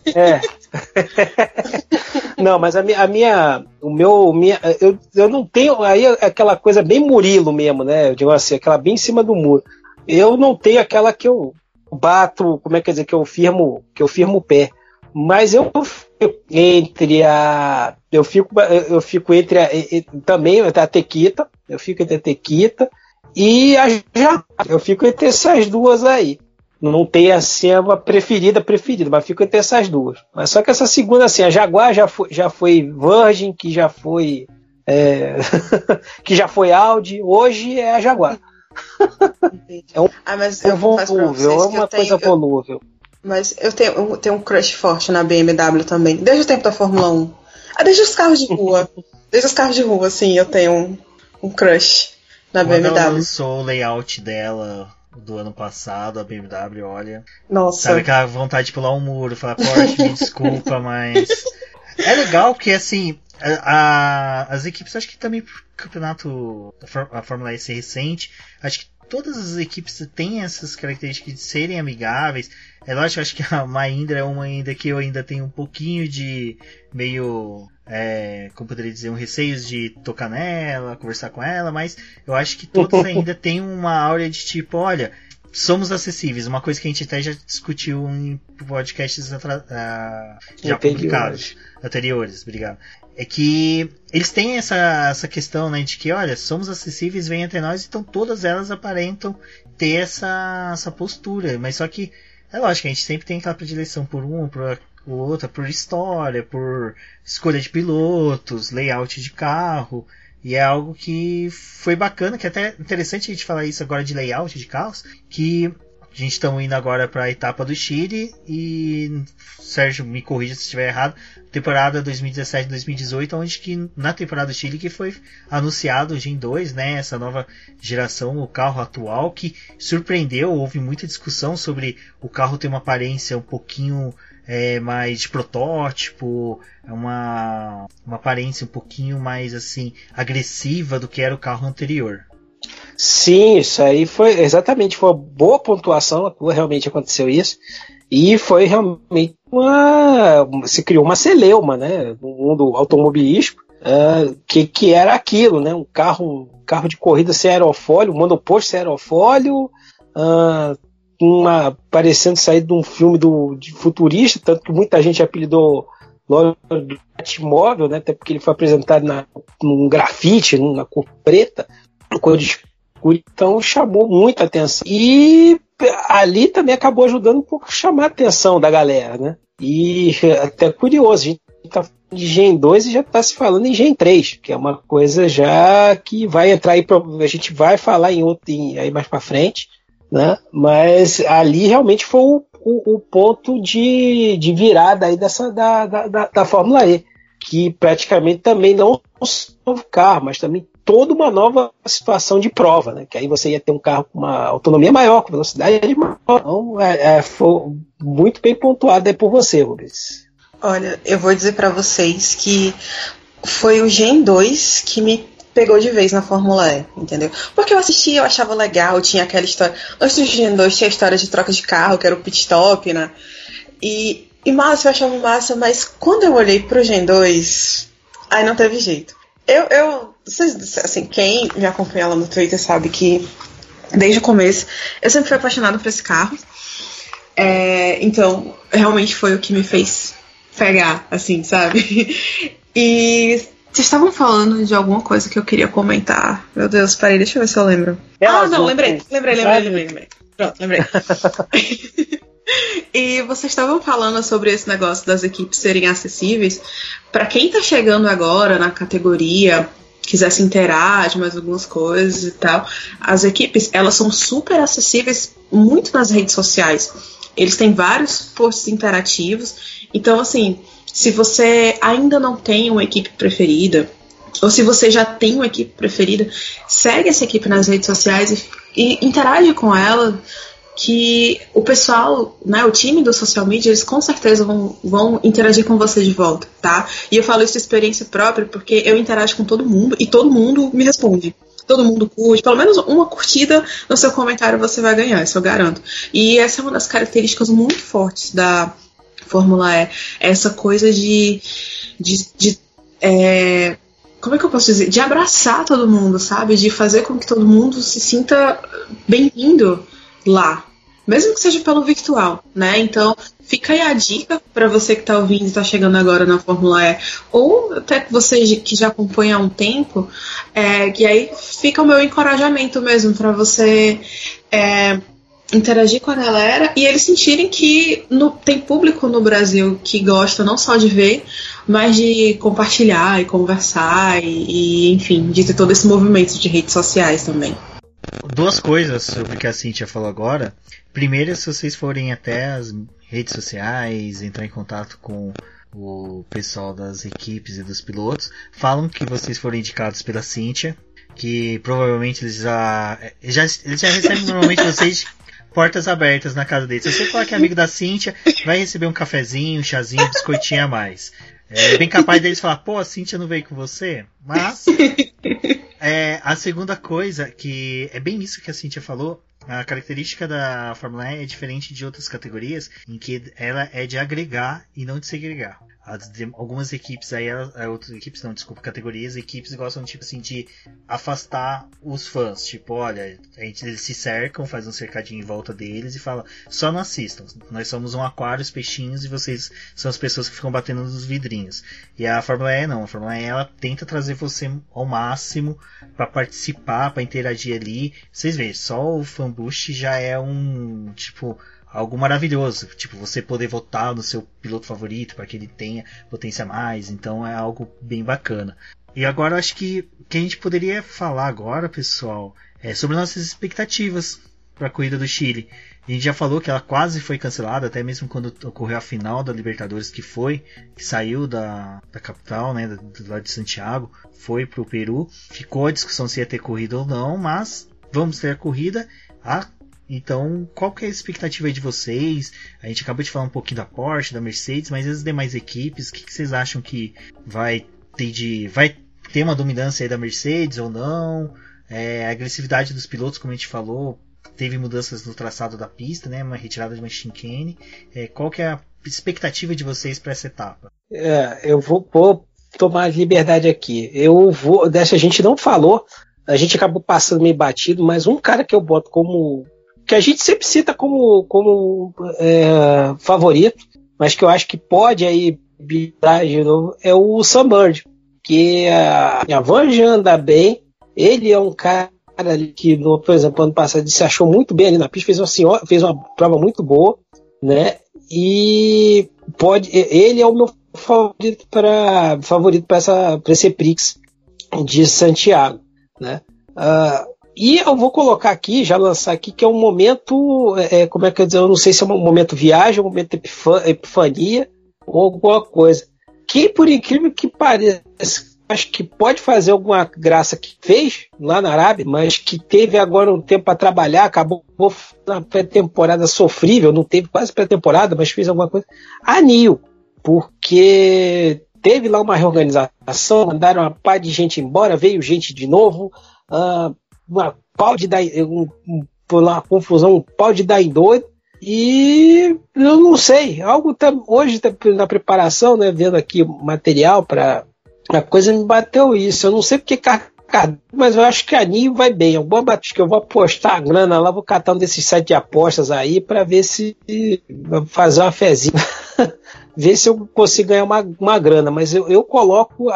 Speaker 3: Não, mas eu não tenho, aí aquela coisa bem Murilo mesmo, né? Eu digo assim, aquela bem em cima do muro. Eu não tenho aquela que eu bato, como é que dizer, que eu firmo o pé. Mas eu fico entre também a Tequita, eu fico entre a Tequita e a Jaguar. Eu fico entre essas duas aí. Não tem assim uma preferida, mas fico entre essas duas. Mas só que essa segunda, assim, a Jaguar já foi Virgin, que já foi que já foi Audi, hoje é a Jaguar.
Speaker 2: Mas eu confesso pra vocês
Speaker 3: é uma coisa volúvel.
Speaker 2: Mas eu tenho um crush forte na BMW também, desde o tempo da Fórmula 1. Desde os carros de rua. Desde os carros de rua, assim, eu tenho um crush na BMW.
Speaker 1: Quando ela lançou o layout dela do ano passado, a BMW, olha.
Speaker 2: Nossa.
Speaker 1: Sabe aquela vontade de pular um muro, falar, Porsche, me desculpa, mas... É legal porque, assim, as equipes, acho que também pro campeonato, a Fórmula E recente, acho que todas as equipes têm essas características de serem amigáveis. É lógico, acho que a Mahindra é uma ainda que eu ainda tenho um pouquinho de meio, como poderia dizer, um receio de tocar nela, conversar com ela, mas eu acho que todas ainda têm uma áurea de tipo, olha, somos acessíveis. Uma coisa que a gente até já discutiu em podcasts já publicados, anteriores, obrigado. É que eles têm essa questão, né, de que, olha, somos acessíveis, vem até nós, então todas elas aparentam ter essa postura, mas só que é lógico, a gente sempre tem aquela predileção por um, por outra, por história, por escolha de pilotos, layout de carro, e é algo que foi bacana, que é até interessante a gente falar isso agora de layout de carros, que a gente está indo agora para a etapa do Chile e, Sérgio, me corrija se estiver errado, temporada 2017-2018, onde que na temporada do Chile que foi anunciado o Gen 2, né, essa nova geração, o carro atual, que surpreendeu, houve muita discussão sobre o carro ter uma aparência um pouquinho mais de protótipo, uma aparência um pouquinho mais assim agressiva do que era o carro anterior.
Speaker 3: Sim, isso aí foi uma boa pontuação, realmente aconteceu isso, e foi realmente se criou uma celeuma, né, no mundo automobilístico, que era aquilo, né, um carro de corrida sem aerofólio, um monoposto sem aerofólio, parecendo sair de um filme de futurista, tanto que muita gente apelidou logo do Batmóvel, né, até porque ele foi apresentado num grafite, na cor preta, cor de escuro, então chamou muita atenção. E ali também acabou ajudando um pouco a chamar a atenção da galera, né? E até curioso, a gente está falando de Gen 2 e já está se falando em Gen 3, que é uma coisa já que vai entrar aí, a gente vai falar aí mais para frente, né? Mas ali realmente foi o ponto de virada aí da Fórmula E, que praticamente também não só um novo carro, mas também toda uma nova situação de prova, né? Que aí você ia ter um carro com uma autonomia maior, com velocidade maior. Então, foi muito bem pontuado aí por você, Rubens.
Speaker 2: Olha, eu vou dizer para vocês que foi o Gen 2 que me pegou de vez na Fórmula E, entendeu? Porque eu assistia, eu achava legal, tinha aquela história... Antes do Gen 2 tinha a história de troca de carro, que era o pit stop, né? E massa, eu achava massa, mas quando eu olhei pro Gen 2, aí não teve jeito. Vocês, assim, quem me acompanha lá no Twitter sabe que desde o começo eu sempre fui apaixonada por esse carro. Então, realmente foi o que me fez pegar, assim, sabe? E Vocês estavam falando de alguma coisa que eu queria comentar. Meu Deus, peraí, deixa eu ver se eu lembro. Lembrei. Pronto, lembrei. E vocês estavam falando sobre esse negócio das equipes serem acessíveis. Para quem tá chegando agora na categoria, quiser se inteirar de mais algumas coisas e tal, as equipes, elas são super acessíveis muito nas redes sociais. Eles têm vários posts interativos. Então, assim, se você ainda não tem uma equipe preferida, ou se você já tem uma equipe preferida, segue essa equipe nas redes sociais e interage com ela, que o pessoal, né, o time do social media, eles com certeza vão interagir com você de volta, tá? E eu falo isso de experiência própria, porque eu interajo com todo mundo e todo mundo me responde. Todo mundo curte, pelo menos uma curtida no seu comentário você vai ganhar, isso eu garanto. E essa é uma das características muito fortes da Fórmula E, essa coisa como é que eu posso dizer? De abraçar todo mundo, sabe? De fazer com que todo mundo se sinta bem-vindo lá, mesmo que seja pelo virtual, né? Então, fica aí a dica para você que está ouvindo e está chegando agora na Fórmula E, ou até você que já acompanha há um tempo, que aí fica o meu encorajamento mesmo para você interagir com a galera e eles sentirem que tem público no Brasil que gosta não só de ver, mas de compartilhar e conversar e enfim, de ter todo esse movimento de redes sociais também.
Speaker 1: Duas coisas sobre o que a Cíntia falou agora. Primeiro, se vocês forem até as redes sociais, entrar em contato com o pessoal das equipes e dos pilotos, falam que vocês foram indicados pela Cíntia, que provavelmente eles já recebem normalmente vocês portas abertas na casa deles. Se você falar que é amigo da Cíntia, vai receber um cafezinho, um chazinho, um biscoitinho a mais. É bem capaz deles falar, pô, a Cíntia não veio com você? Mas a segunda coisa, que é bem isso que a Cíntia falou, a característica da Fórmula E é diferente de outras categorias, em que ela é de agregar e não de segregar. Algumas equipes aí, outras equipes não, desculpa, categorias, equipes gostam tipo assim de afastar os fãs, tipo, olha, eles se cercam, fazem um cercadinho em volta deles e falam, só não assistam, nós somos um aquário, os peixinhos, e vocês são as pessoas que ficam batendo nos vidrinhos. E a Fórmula E não, a Fórmula E ela tenta trazer você ao máximo para participar, para interagir ali. Vocês veem, só o fan boost já é algo maravilhoso, tipo, você poder votar no seu piloto favorito para que ele tenha potência a mais, então é algo bem bacana. E agora eu acho que o que a gente poderia falar agora, pessoal, é sobre nossas expectativas para a corrida do Chile. A gente já falou que ela quase foi cancelada, até mesmo quando ocorreu a final da Libertadores, que saiu da capital, né, do lado de Santiago, foi para o Peru. Ficou a discussão se ia ter corrida ou não, mas vamos ter a corrida. Então, qual que é a expectativa aí de vocês? A gente acabou de falar um pouquinho da Porsche, da Mercedes, mas as demais equipes, o que vocês acham que vai ter uma dominância aí da Mercedes ou não? A agressividade dos pilotos, como a gente falou, teve mudanças no traçado da pista, né? Uma retirada de uma chicane. Qual que é a expectativa de vocês para essa etapa?
Speaker 3: Eu vou tomar liberdade aqui. Dessa a gente não falou, a gente acabou passando meio batido, mas um cara que eu boto como... que a gente sempre cita como favorito, mas que eu acho que pode aí virar de novo, é o Sam Bird, que a Van já anda bem, ele é um cara ali que, por exemplo, ano passado se achou muito bem ali na pista, fez uma prova muito boa, né, e ele é o meu favorito para esse Prix de Santiago, né. E eu vou colocar aqui, já lançar aqui, que é um momento, como é que eu dizer, eu não sei se é um momento viagem, um momento epifania, ou alguma coisa. Que, por incrível que pareça, acho que pode fazer alguma graça que fez lá na Arábia, mas que teve agora um tempo para trabalhar, acabou na pré-temporada sofrível, não teve quase pré-temporada, mas fez alguma coisa. A NIO, porque teve lá uma reorganização, mandaram uma pá de gente embora, veio gente de novo, uma confusão, um pau de dar em doido, e eu não sei, algo hoje na preparação, né, vendo aqui o material para a coisa, me bateu isso, eu não sei porque, mas eu acho que a NIO vai bem, acho que eu vou apostar a grana lá, vou catar um desses sites de apostas aí para ver se fazer uma fezinha ver se eu consigo ganhar uma grana, mas eu coloco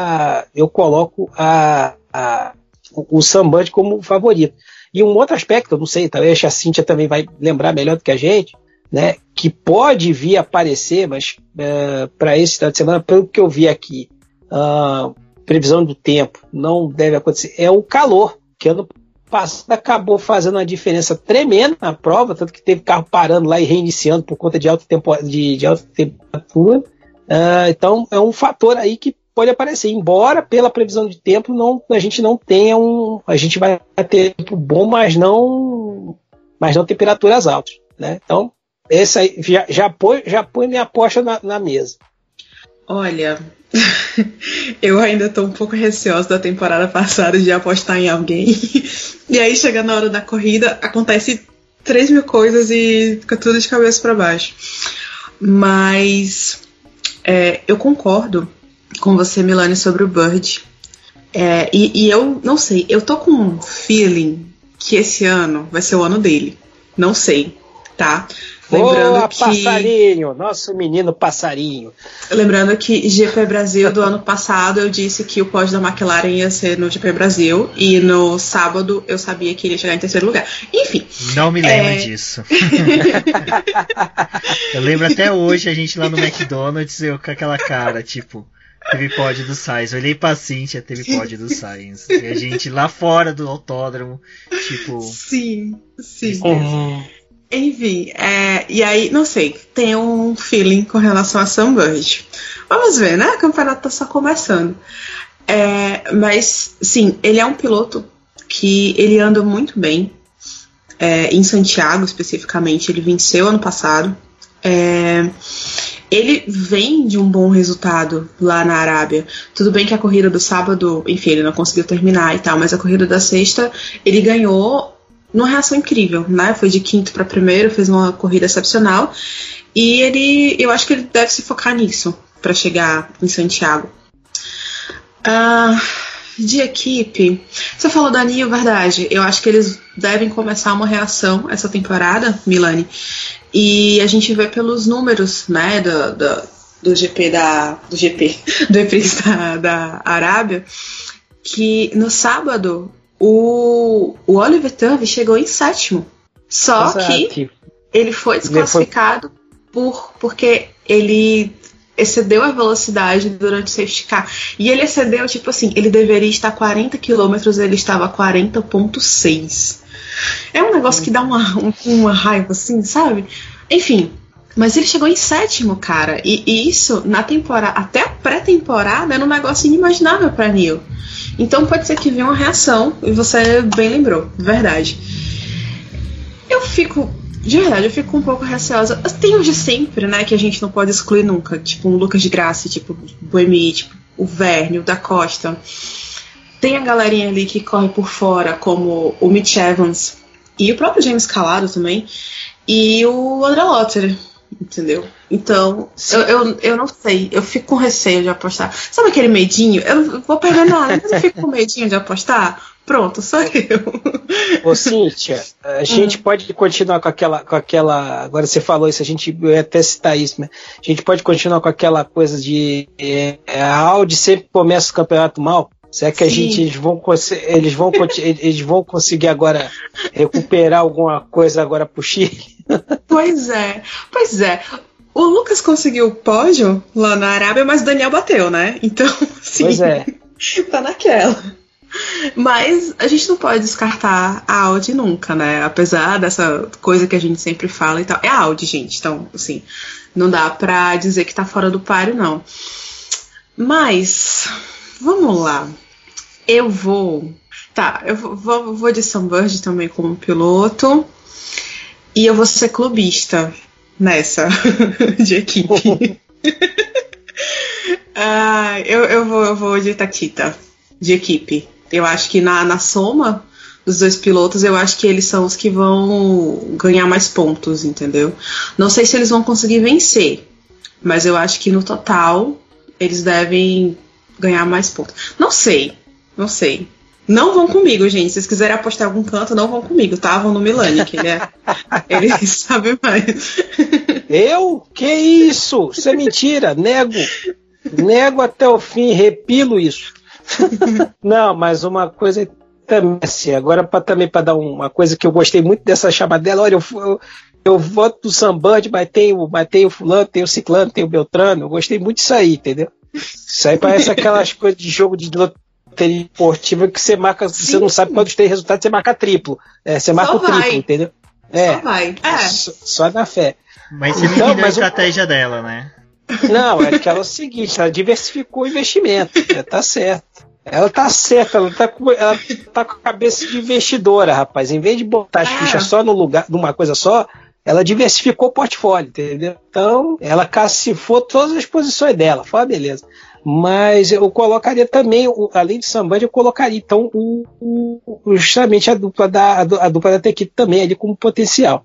Speaker 3: o Sunbird como favorito. E um outro aspecto, eu não sei, talvez a Cíntia também vai lembrar melhor do que a gente, né, que pode vir a aparecer, mas para esse final de semana, pelo que eu vi aqui, previsão do tempo, não deve acontecer, é o calor, que ano passado acabou fazendo uma diferença tremenda na prova, tanto que teve carro parando lá e reiniciando por conta de alta temperatura. Então é um fator aí que pode aparecer, embora pela previsão de tempo a gente não tenha a gente vai ter tempo bom, mas não temperaturas altas, né? Então esse aí já põe minha aposta na mesa.
Speaker 2: Olha, eu ainda estou um pouco receosa da temporada passada de apostar em alguém. E aí, chega na hora da corrida, acontece 3.000 coisas e fica tudo de cabeça para baixo. Mas eu concordo com você, Milani, sobre o Bird. E eu não sei, eu tô com um feeling que esse ano vai ser o ano dele. Não sei, tá?
Speaker 3: Lembrando que passarinho, nosso menino passarinho.
Speaker 2: Lembrando que GP Brasil do ano passado eu disse que o pódio da McLaren ia ser no GP Brasil e no sábado eu sabia que iria chegar em terceiro lugar. Enfim.
Speaker 1: Não me lembro disso. Eu lembro até hoje a gente lá no McDonald's, eu com aquela cara, tipo, teve pódio do Sainz. Eu olhei pra Cíntia, teve pódio do Sainz. E a gente lá fora do autódromo, tipo...
Speaker 2: Sim. Enfim, e aí, não sei, tem um feeling com relação a Sunbird. Vamos ver, né? O campeonato tá só começando. Mas, sim, ele é um piloto que ele anda muito bem. Em Santiago, especificamente, ele venceu ano passado. Ele vem de um bom resultado lá na Arábia. Tudo bem que a corrida do sábado, enfim, ele não conseguiu terminar e tal, mas a corrida da sexta, ele ganhou numa reação incrível, né? Foi de quinto para primeiro, fez uma corrida excepcional. E eu acho que ele deve se focar nisso para chegar em Santiago. De equipe, você falou da NIO, verdade. Eu acho que eles devem começar uma reação essa temporada, Milani. E a gente vê pelos números, né, do E-Prix da Arábia, que no sábado o Oliver Turvey chegou em sétimo. Só que ele foi desclassificado porque ele excedeu a velocidade durante o safety car. E ele excedeu, tipo assim, ele deveria estar a 40 km, ele estava a 40,6. É um negócio que dá uma raiva, assim, sabe? Enfim, mas ele chegou em sétimo, cara. E isso, na temporada, até a pré-temporada, era um negócio inimaginável pra Neil. Então pode ser que venha uma reação, e você bem lembrou, verdade. Eu fico um pouco receosa. Tem os de sempre, né, que a gente não pode excluir nunca. Tipo um Lucas de Grassi, tipo o Buemi, tipo o Verne, o Da Costa. Tem a galerinha ali que corre por fora, como o Mitch Evans e o próprio James Calado também. E o André Lotterer, entendeu? Então, eu não sei, eu fico com receio de apostar. Sabe aquele medinho? Eu não vou perder nada, mas eu fico com medinho de apostar. Pronto, sou eu.
Speaker 3: Ô, Cíntia, a gente pode continuar com aquela. Agora você falou isso, eu ia até citar isso, né? A gente pode continuar com aquela coisa de a Audi sempre começa o campeonato mal. Será que eles vão conseguir agora recuperar alguma coisa agora pro Chile?
Speaker 2: Pois é. O Lucas conseguiu o pódio lá na Arábia, mas o Daniel bateu, né? Então, sim,
Speaker 3: pois é.
Speaker 2: Tá naquela. Mas a gente não pode descartar a Audi nunca, né? Apesar dessa coisa que a gente sempre fala e tal. É a Audi, gente. Então, assim, não dá pra dizer que tá fora do páreo, não. Mas, vamos lá. Eu vou de Sunbird também como piloto. E eu vou ser clubista nessa de equipe. Eu vou de Takita, de equipe. Eu acho que na soma dos dois pilotos, eu acho que eles são os que vão ganhar mais pontos, entendeu? Não sei se eles vão conseguir vencer, mas eu acho que no total eles devem ganhar mais pontos. Não sei. Não vão comigo, gente. Se vocês quiserem apostar em algum canto, não vão comigo, tá? Vão no Milani, que ele sabe mais.
Speaker 3: Eu? Que isso? Isso é mentira. Nego até o fim, repilo isso. Não, mas uma coisa também, assim, agora também para dar uma coisa que eu gostei muito dessa chamadela, olha, eu voto do Samband, mas tem o fulano, tem o ciclano, tem o beltrano, eu gostei muito disso aí, entendeu? Isso aí parece aquelas coisas de jogo de loteria esportiva que você marca, sim, você não sabe quando tem resultado, você marca triplo. Você marca o triplo, entendeu?
Speaker 2: Só vai.
Speaker 3: Só na fé.
Speaker 1: Mas você não entendeu a estratégia dela, né?
Speaker 3: Não, é que ela é o seguinte, ela diversificou o investimento, tá certo. Ela tá certa, ela tá com a cabeça de investidora, rapaz. Em vez de botar as fichas só no lugar, numa coisa só, ela diversificou o portfólio, entendeu? Então, ela cacifou todas as posições dela, foi uma beleza. Mas eu colocaria também, além de Samband, eu colocaria então justamente a dupla da Tequito também ali como potencial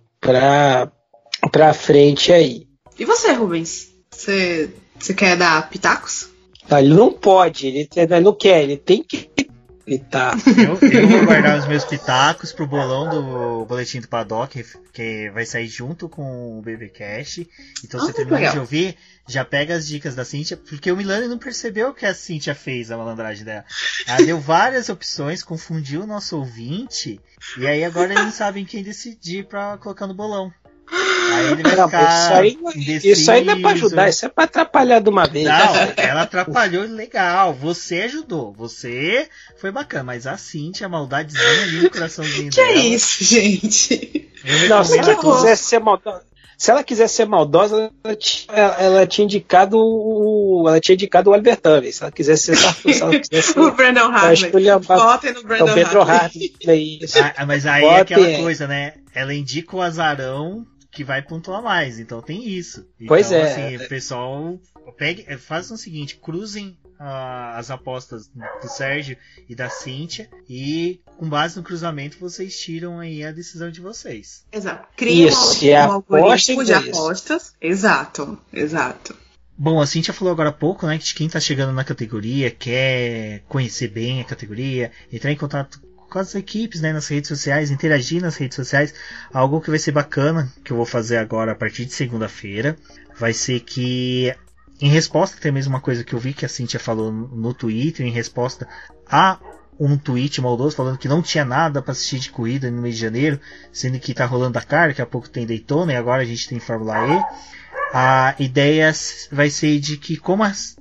Speaker 3: pra frente aí.
Speaker 2: E você, Rubens? Você quer dar pitacos?
Speaker 3: Ele não pode, ele não quer, ele tem que gritar.
Speaker 1: Eu vou guardar os meus pitacos pro bolão do Boletim do Paddock, que vai sair junto com o BBcast. Então você terminar de ouvir, já pega as dicas da Cíntia, porque o Milani não percebeu o que a Cíntia fez, a malandragem dela. Ela deu várias opções, confundiu o nosso ouvinte, e aí agora eles não sabem quem decidir pra colocar no bolão. Aí ele vai ficar
Speaker 3: isso aí não é pra ajudar, isso é pra atrapalhar de uma vez.
Speaker 1: Não, ela atrapalhou legal. Você ajudou, você foi bacana, mas a Cíntia, a maldadezinha ali no coraçãozinho dela.
Speaker 2: Que é isso, gente?
Speaker 3: Não, se ela quisesse ser maldosa, ela tinha indicado o Albert Tubby. Se ela quisesse ser
Speaker 2: o Brandon Hartley. Votem no Brandon Hartley.
Speaker 1: Mas aí é aquela coisa, né? Ela indica o azarão que vai pontuar mais, então tem isso. Então,
Speaker 3: pois é.
Speaker 1: Assim, o pessoal façam o seguinte, cruzem as apostas do Sérgio e da Cíntia e com base no cruzamento vocês tiram aí a decisão de vocês.
Speaker 2: Exato. Cria um algoritmo de apostas. Exato.
Speaker 1: Bom, a Cíntia falou agora há pouco, né, que quem está chegando na categoria, quer conhecer bem a categoria, entrar em contato com as equipes, né, nas redes sociais, interagir nas redes sociais. Algo que vai ser bacana, que eu vou fazer agora a partir de segunda-feira, vai ser que, em resposta até mesmo uma coisa que eu vi que a Cíntia falou no Twitter, em resposta a um tweet maldoso falando que não tinha nada para assistir de corrida no mês de janeiro, sendo que tá rolando Dakar, daqui a pouco tem Daytona e agora a gente tem Fórmula E. A ideia vai ser de que, como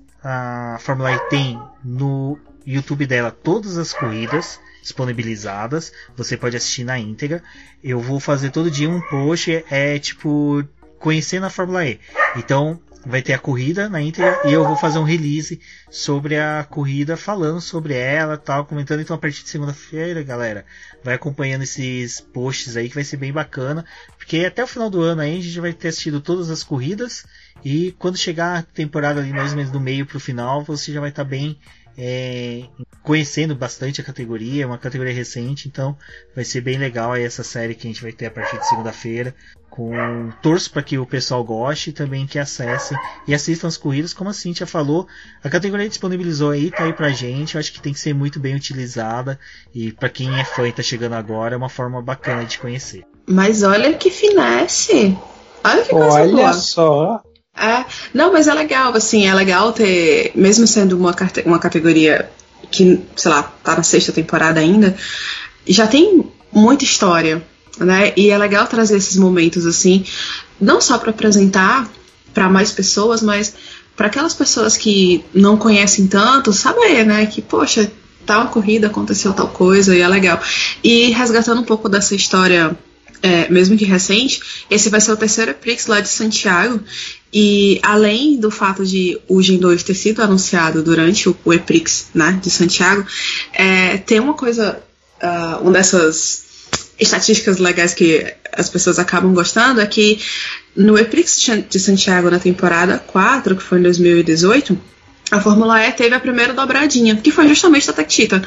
Speaker 1: a Fórmula E tem no YouTube dela todas as corridas disponibilizadas, você pode assistir na íntegra. Eu vou fazer todo dia um post, tipo, conhecendo a Fórmula E. Então, vai ter a corrida na íntegra e eu vou fazer um release sobre a corrida, falando sobre ela, tal, comentando. Então, a partir de segunda-feira, galera, vai acompanhando esses posts aí que vai ser bem bacana, porque até o final do ano aí a gente vai ter assistido todas as corridas e quando chegar a temporada ali mais ou menos do meio pro final, você já vai estar bem conhecendo bastante a categoria, uma categoria recente, então vai ser bem legal aí essa série que a gente vai ter a partir de segunda-feira. Torço para que o pessoal goste e também que acessem e assistam as corridas, como a Cíntia falou, a categoria disponibilizou aí, tá aí pra gente, eu acho que tem que ser muito bem utilizada e para quem é fã e tá chegando agora, é uma forma bacana de conhecer.
Speaker 2: Mas olha que finesse! Olha que coisa boa!
Speaker 3: Olha só!
Speaker 2: Não, mas é legal, assim, é legal ter, mesmo sendo uma categoria que, sei lá, tá na 6ª temporada ainda, já tem muita história, né? E é legal trazer esses momentos, assim, não só para apresentar para mais pessoas, mas para aquelas pessoas que não conhecem tanto, saber, né? Que, poxa, tal corrida aconteceu tal coisa e é legal. E resgatando um pouco dessa história, mesmo que recente, esse vai ser o 3º EPRIX lá de Santiago. E além do fato de o Gen 2 ter sido anunciado durante o EPRIX, né, de Santiago, tem uma coisa, uma dessas estatísticas legais que as pessoas acabam gostando, é que no EPRIX de Santiago na temporada 4, que foi em 2018, a Fórmula E teve a primeira dobradinha, que foi justamente da Tequito.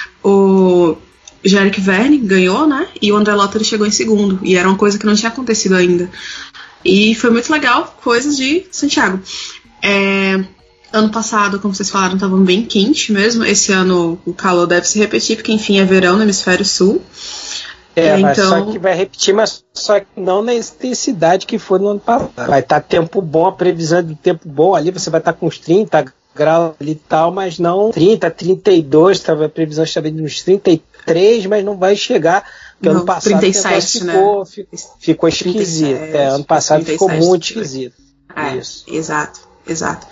Speaker 2: O Jerick Verne ganhou, né, e o André Lottery chegou em segundo, e era uma coisa que não tinha acontecido ainda. E foi muito legal, coisas de Santiago. Ano passado, como vocês falaram, estava bem quente mesmo. Esse ano o calor deve se repetir, porque enfim é verão no hemisfério sul.
Speaker 3: Mas só que vai repetir, mas só que não na intensidade que foi no ano passado. Vai estar tempo bom, a previsão de tempo bom ali, você vai estar com uns 30 graus ali e tal, mas não 30, 32, a previsão estava de uns 33, mas não vai chegar, porque ano passado
Speaker 2: 37,
Speaker 3: ficou esquisito. 37, ano passado 37, ficou muito esquisito.
Speaker 2: Isso. Exato.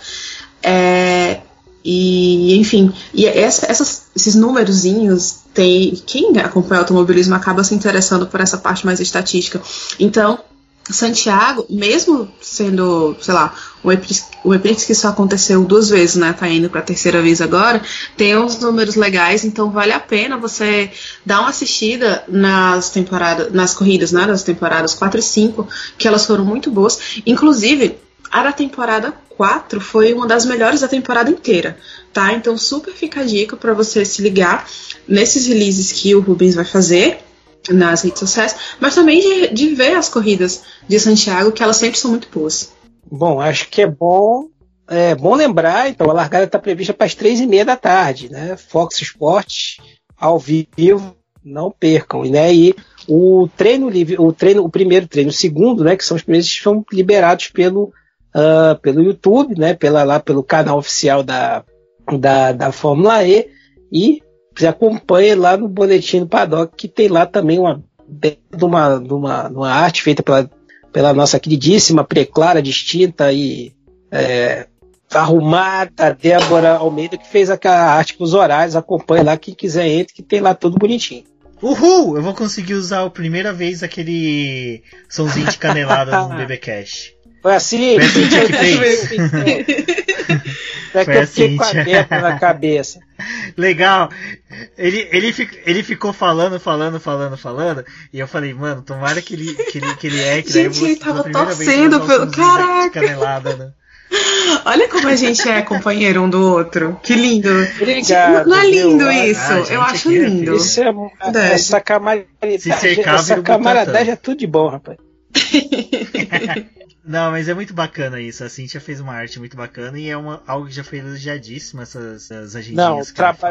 Speaker 2: E enfim, esses númerozinhos, quem acompanha o automobilismo acaba se interessando por essa parte mais estatística. Então, Santiago, mesmo sendo, sei lá, um eclipse que só aconteceu 2 vezes, né? Tá indo pra 3ª vez agora, tem uns números legais, então vale a pena você dar uma assistida nas corridas, né? Das temporadas 4 e 5, que elas foram muito boas. Inclusive, a da temporada 4 foi uma das melhores da temporada inteira, tá? Então super fica a dica para você se ligar nesses releases que o Rubens vai fazer nas redes sociais, mas também de ver as corridas de Santiago, que elas sempre são muito boas.
Speaker 3: Bom, acho que é bom lembrar, então, a largada está prevista para as 3h30 da tarde, né? Fox Sports ao vivo, não percam, né? E o primeiro treino, o segundo, né? Que são os primeiros que são liberados pelo YouTube, né, pelo canal oficial da Fórmula E, e você acompanha lá no Boletim do Paddock, que tem lá também uma arte feita pela nossa queridíssima Preclara, distinta e arrumada Débora Almeida, que fez aquela arte com os horários. Acompanha lá, quem quiser entre, que tem lá tudo bonitinho.
Speaker 1: Uhul! Eu vou conseguir usar a primeira vez aquele somzinho de canelada no BBcast.
Speaker 3: Foi assim
Speaker 1: que fez.
Speaker 3: É que eu fiquei com a meta na cabeça.
Speaker 1: Legal. Ele ficou falando, e eu falei, mano, tomara que ele é, que
Speaker 2: gente, ele tava torcendo pelo... Caraca!
Speaker 1: Canelada, né?
Speaker 2: Olha como a gente é companheiro um do outro. Que lindo.
Speaker 3: Obrigado.
Speaker 2: Não é lindo isso? Eu acho lindo.
Speaker 3: Isso essa camaradagem é tudo de bom, rapaz.
Speaker 1: Não, mas é muito bacana isso. A Cíntia fez uma arte muito bacana e é algo que já foi elogiadíssimo, essas agendinhas.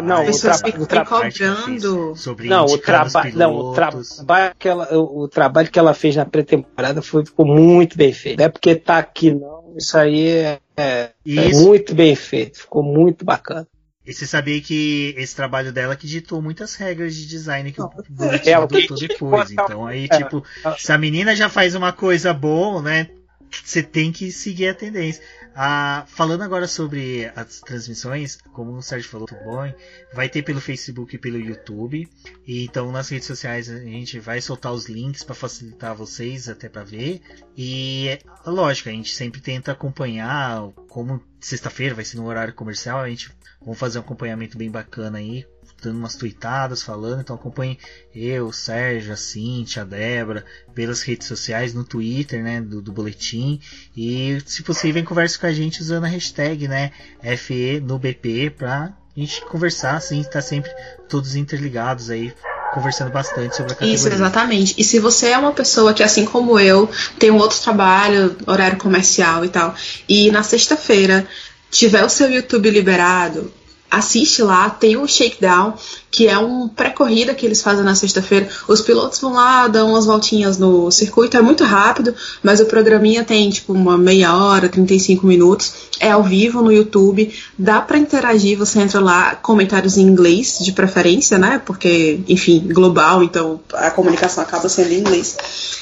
Speaker 3: O trabalho que ela fez na pré-temporada ficou muito bem feito. Não é porque tá aqui, não. Isso aí é muito bem feito. Ficou muito bacana.
Speaker 1: E você sabia que esse trabalho dela que ditou muitas regras de design que o Boletim adotou depois. Então aí, se a menina já faz uma coisa boa, né? Você tem que seguir a tendência. Falando agora sobre as transmissões, como o Sérgio falou, vai ter pelo Facebook e pelo YouTube. E então nas redes sociais a gente vai soltar os links para facilitar vocês até para ver. E lógico, a gente sempre tenta acompanhar, como sexta-feira vai ser no horário comercial, a gente vai fazer um acompanhamento bem bacana aí, dando umas tweetadas, falando. Então acompanhe eu, o Sérgio, a Cíntia, a Débora, pelas redes sociais, no Twitter, né, do Boletim. E se possível, converse com a gente usando a hashtag, né, FENoBP, pra gente conversar, assim, tá sempre todos interligados aí, conversando bastante sobre a categoria.
Speaker 2: Isso, exatamente. E se você é uma pessoa que, assim como eu, tem um outro trabalho, horário comercial e tal, e na sexta-feira tiver o seu YouTube liberado, assiste lá, tem um shakedown, que é um pré-corrida que eles fazem na sexta-feira. Os pilotos vão lá, dão umas voltinhas no circuito, é muito rápido, mas o programinha tem tipo uma meia hora, 35 minutos, é ao vivo no YouTube, dá pra interagir, você entra lá, comentários em inglês, de preferência, né, porque, enfim, global, então a comunicação acaba sendo em inglês.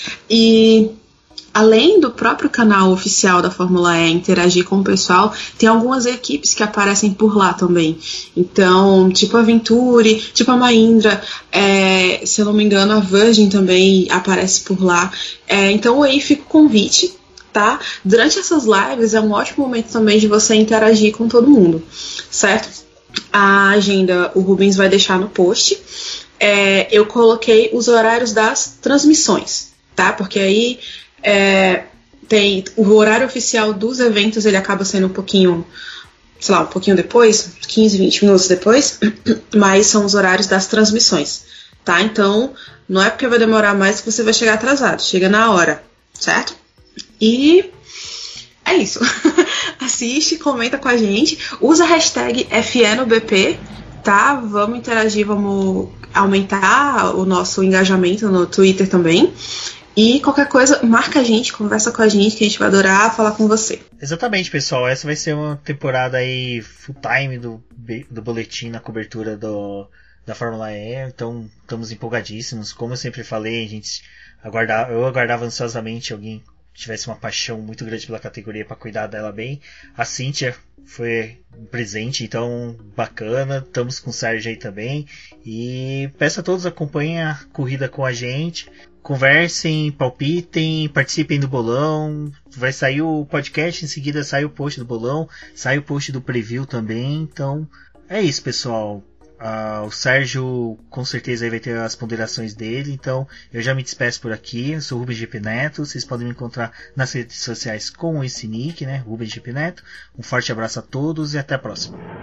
Speaker 2: E além do próprio canal oficial da Fórmula E interagir com o pessoal, tem algumas equipes que aparecem por lá também. Então, tipo a Venturi, tipo a Mahindra, se eu não me engano, a Virgin também aparece por lá. Então aí fica o convite, tá? Durante essas lives é um ótimo momento também de você interagir com todo mundo, certo? A agenda o Rubens vai deixar no post. Eu coloquei os horários das transmissões, tá? Porque aí tem o horário oficial dos eventos, ele acaba sendo um pouquinho depois, 15, 20 minutos depois, mas são os horários das transmissões, tá? Então, não é porque vai demorar mais que você vai chegar atrasado, chega na hora, certo? E é isso. Assiste, comenta com a gente, usa a hashtag FNBP, tá? Vamos interagir, vamos aumentar o nosso engajamento no Twitter também. E qualquer coisa, marca a gente, conversa com a gente, que a gente vai adorar falar com você.
Speaker 1: Exatamente, pessoal. Essa vai ser uma temporada aí full time do boletim na cobertura da Fórmula E. Então, estamos empolgadíssimos. Como eu sempre falei, eu aguardava ansiosamente alguém que tivesse uma paixão muito grande pela categoria para cuidar dela bem. A Cíntia foi um presente, então bacana. Estamos com o Sérgio aí também. E peço a todos, acompanhem a corrida com a gente. Conversem, palpitem, participem do bolão. Vai sair o podcast, em seguida sai o post do bolão, sai o post do preview também. Então é isso, pessoal. O Sérgio com certeza aí vai ter as ponderações dele. Então eu já me despeço por aqui. Eu sou o Rubens GP Neto. Vocês podem me encontrar nas redes sociais com esse nick, né? Rubens GP Neto. Um forte abraço a todos e até a próxima.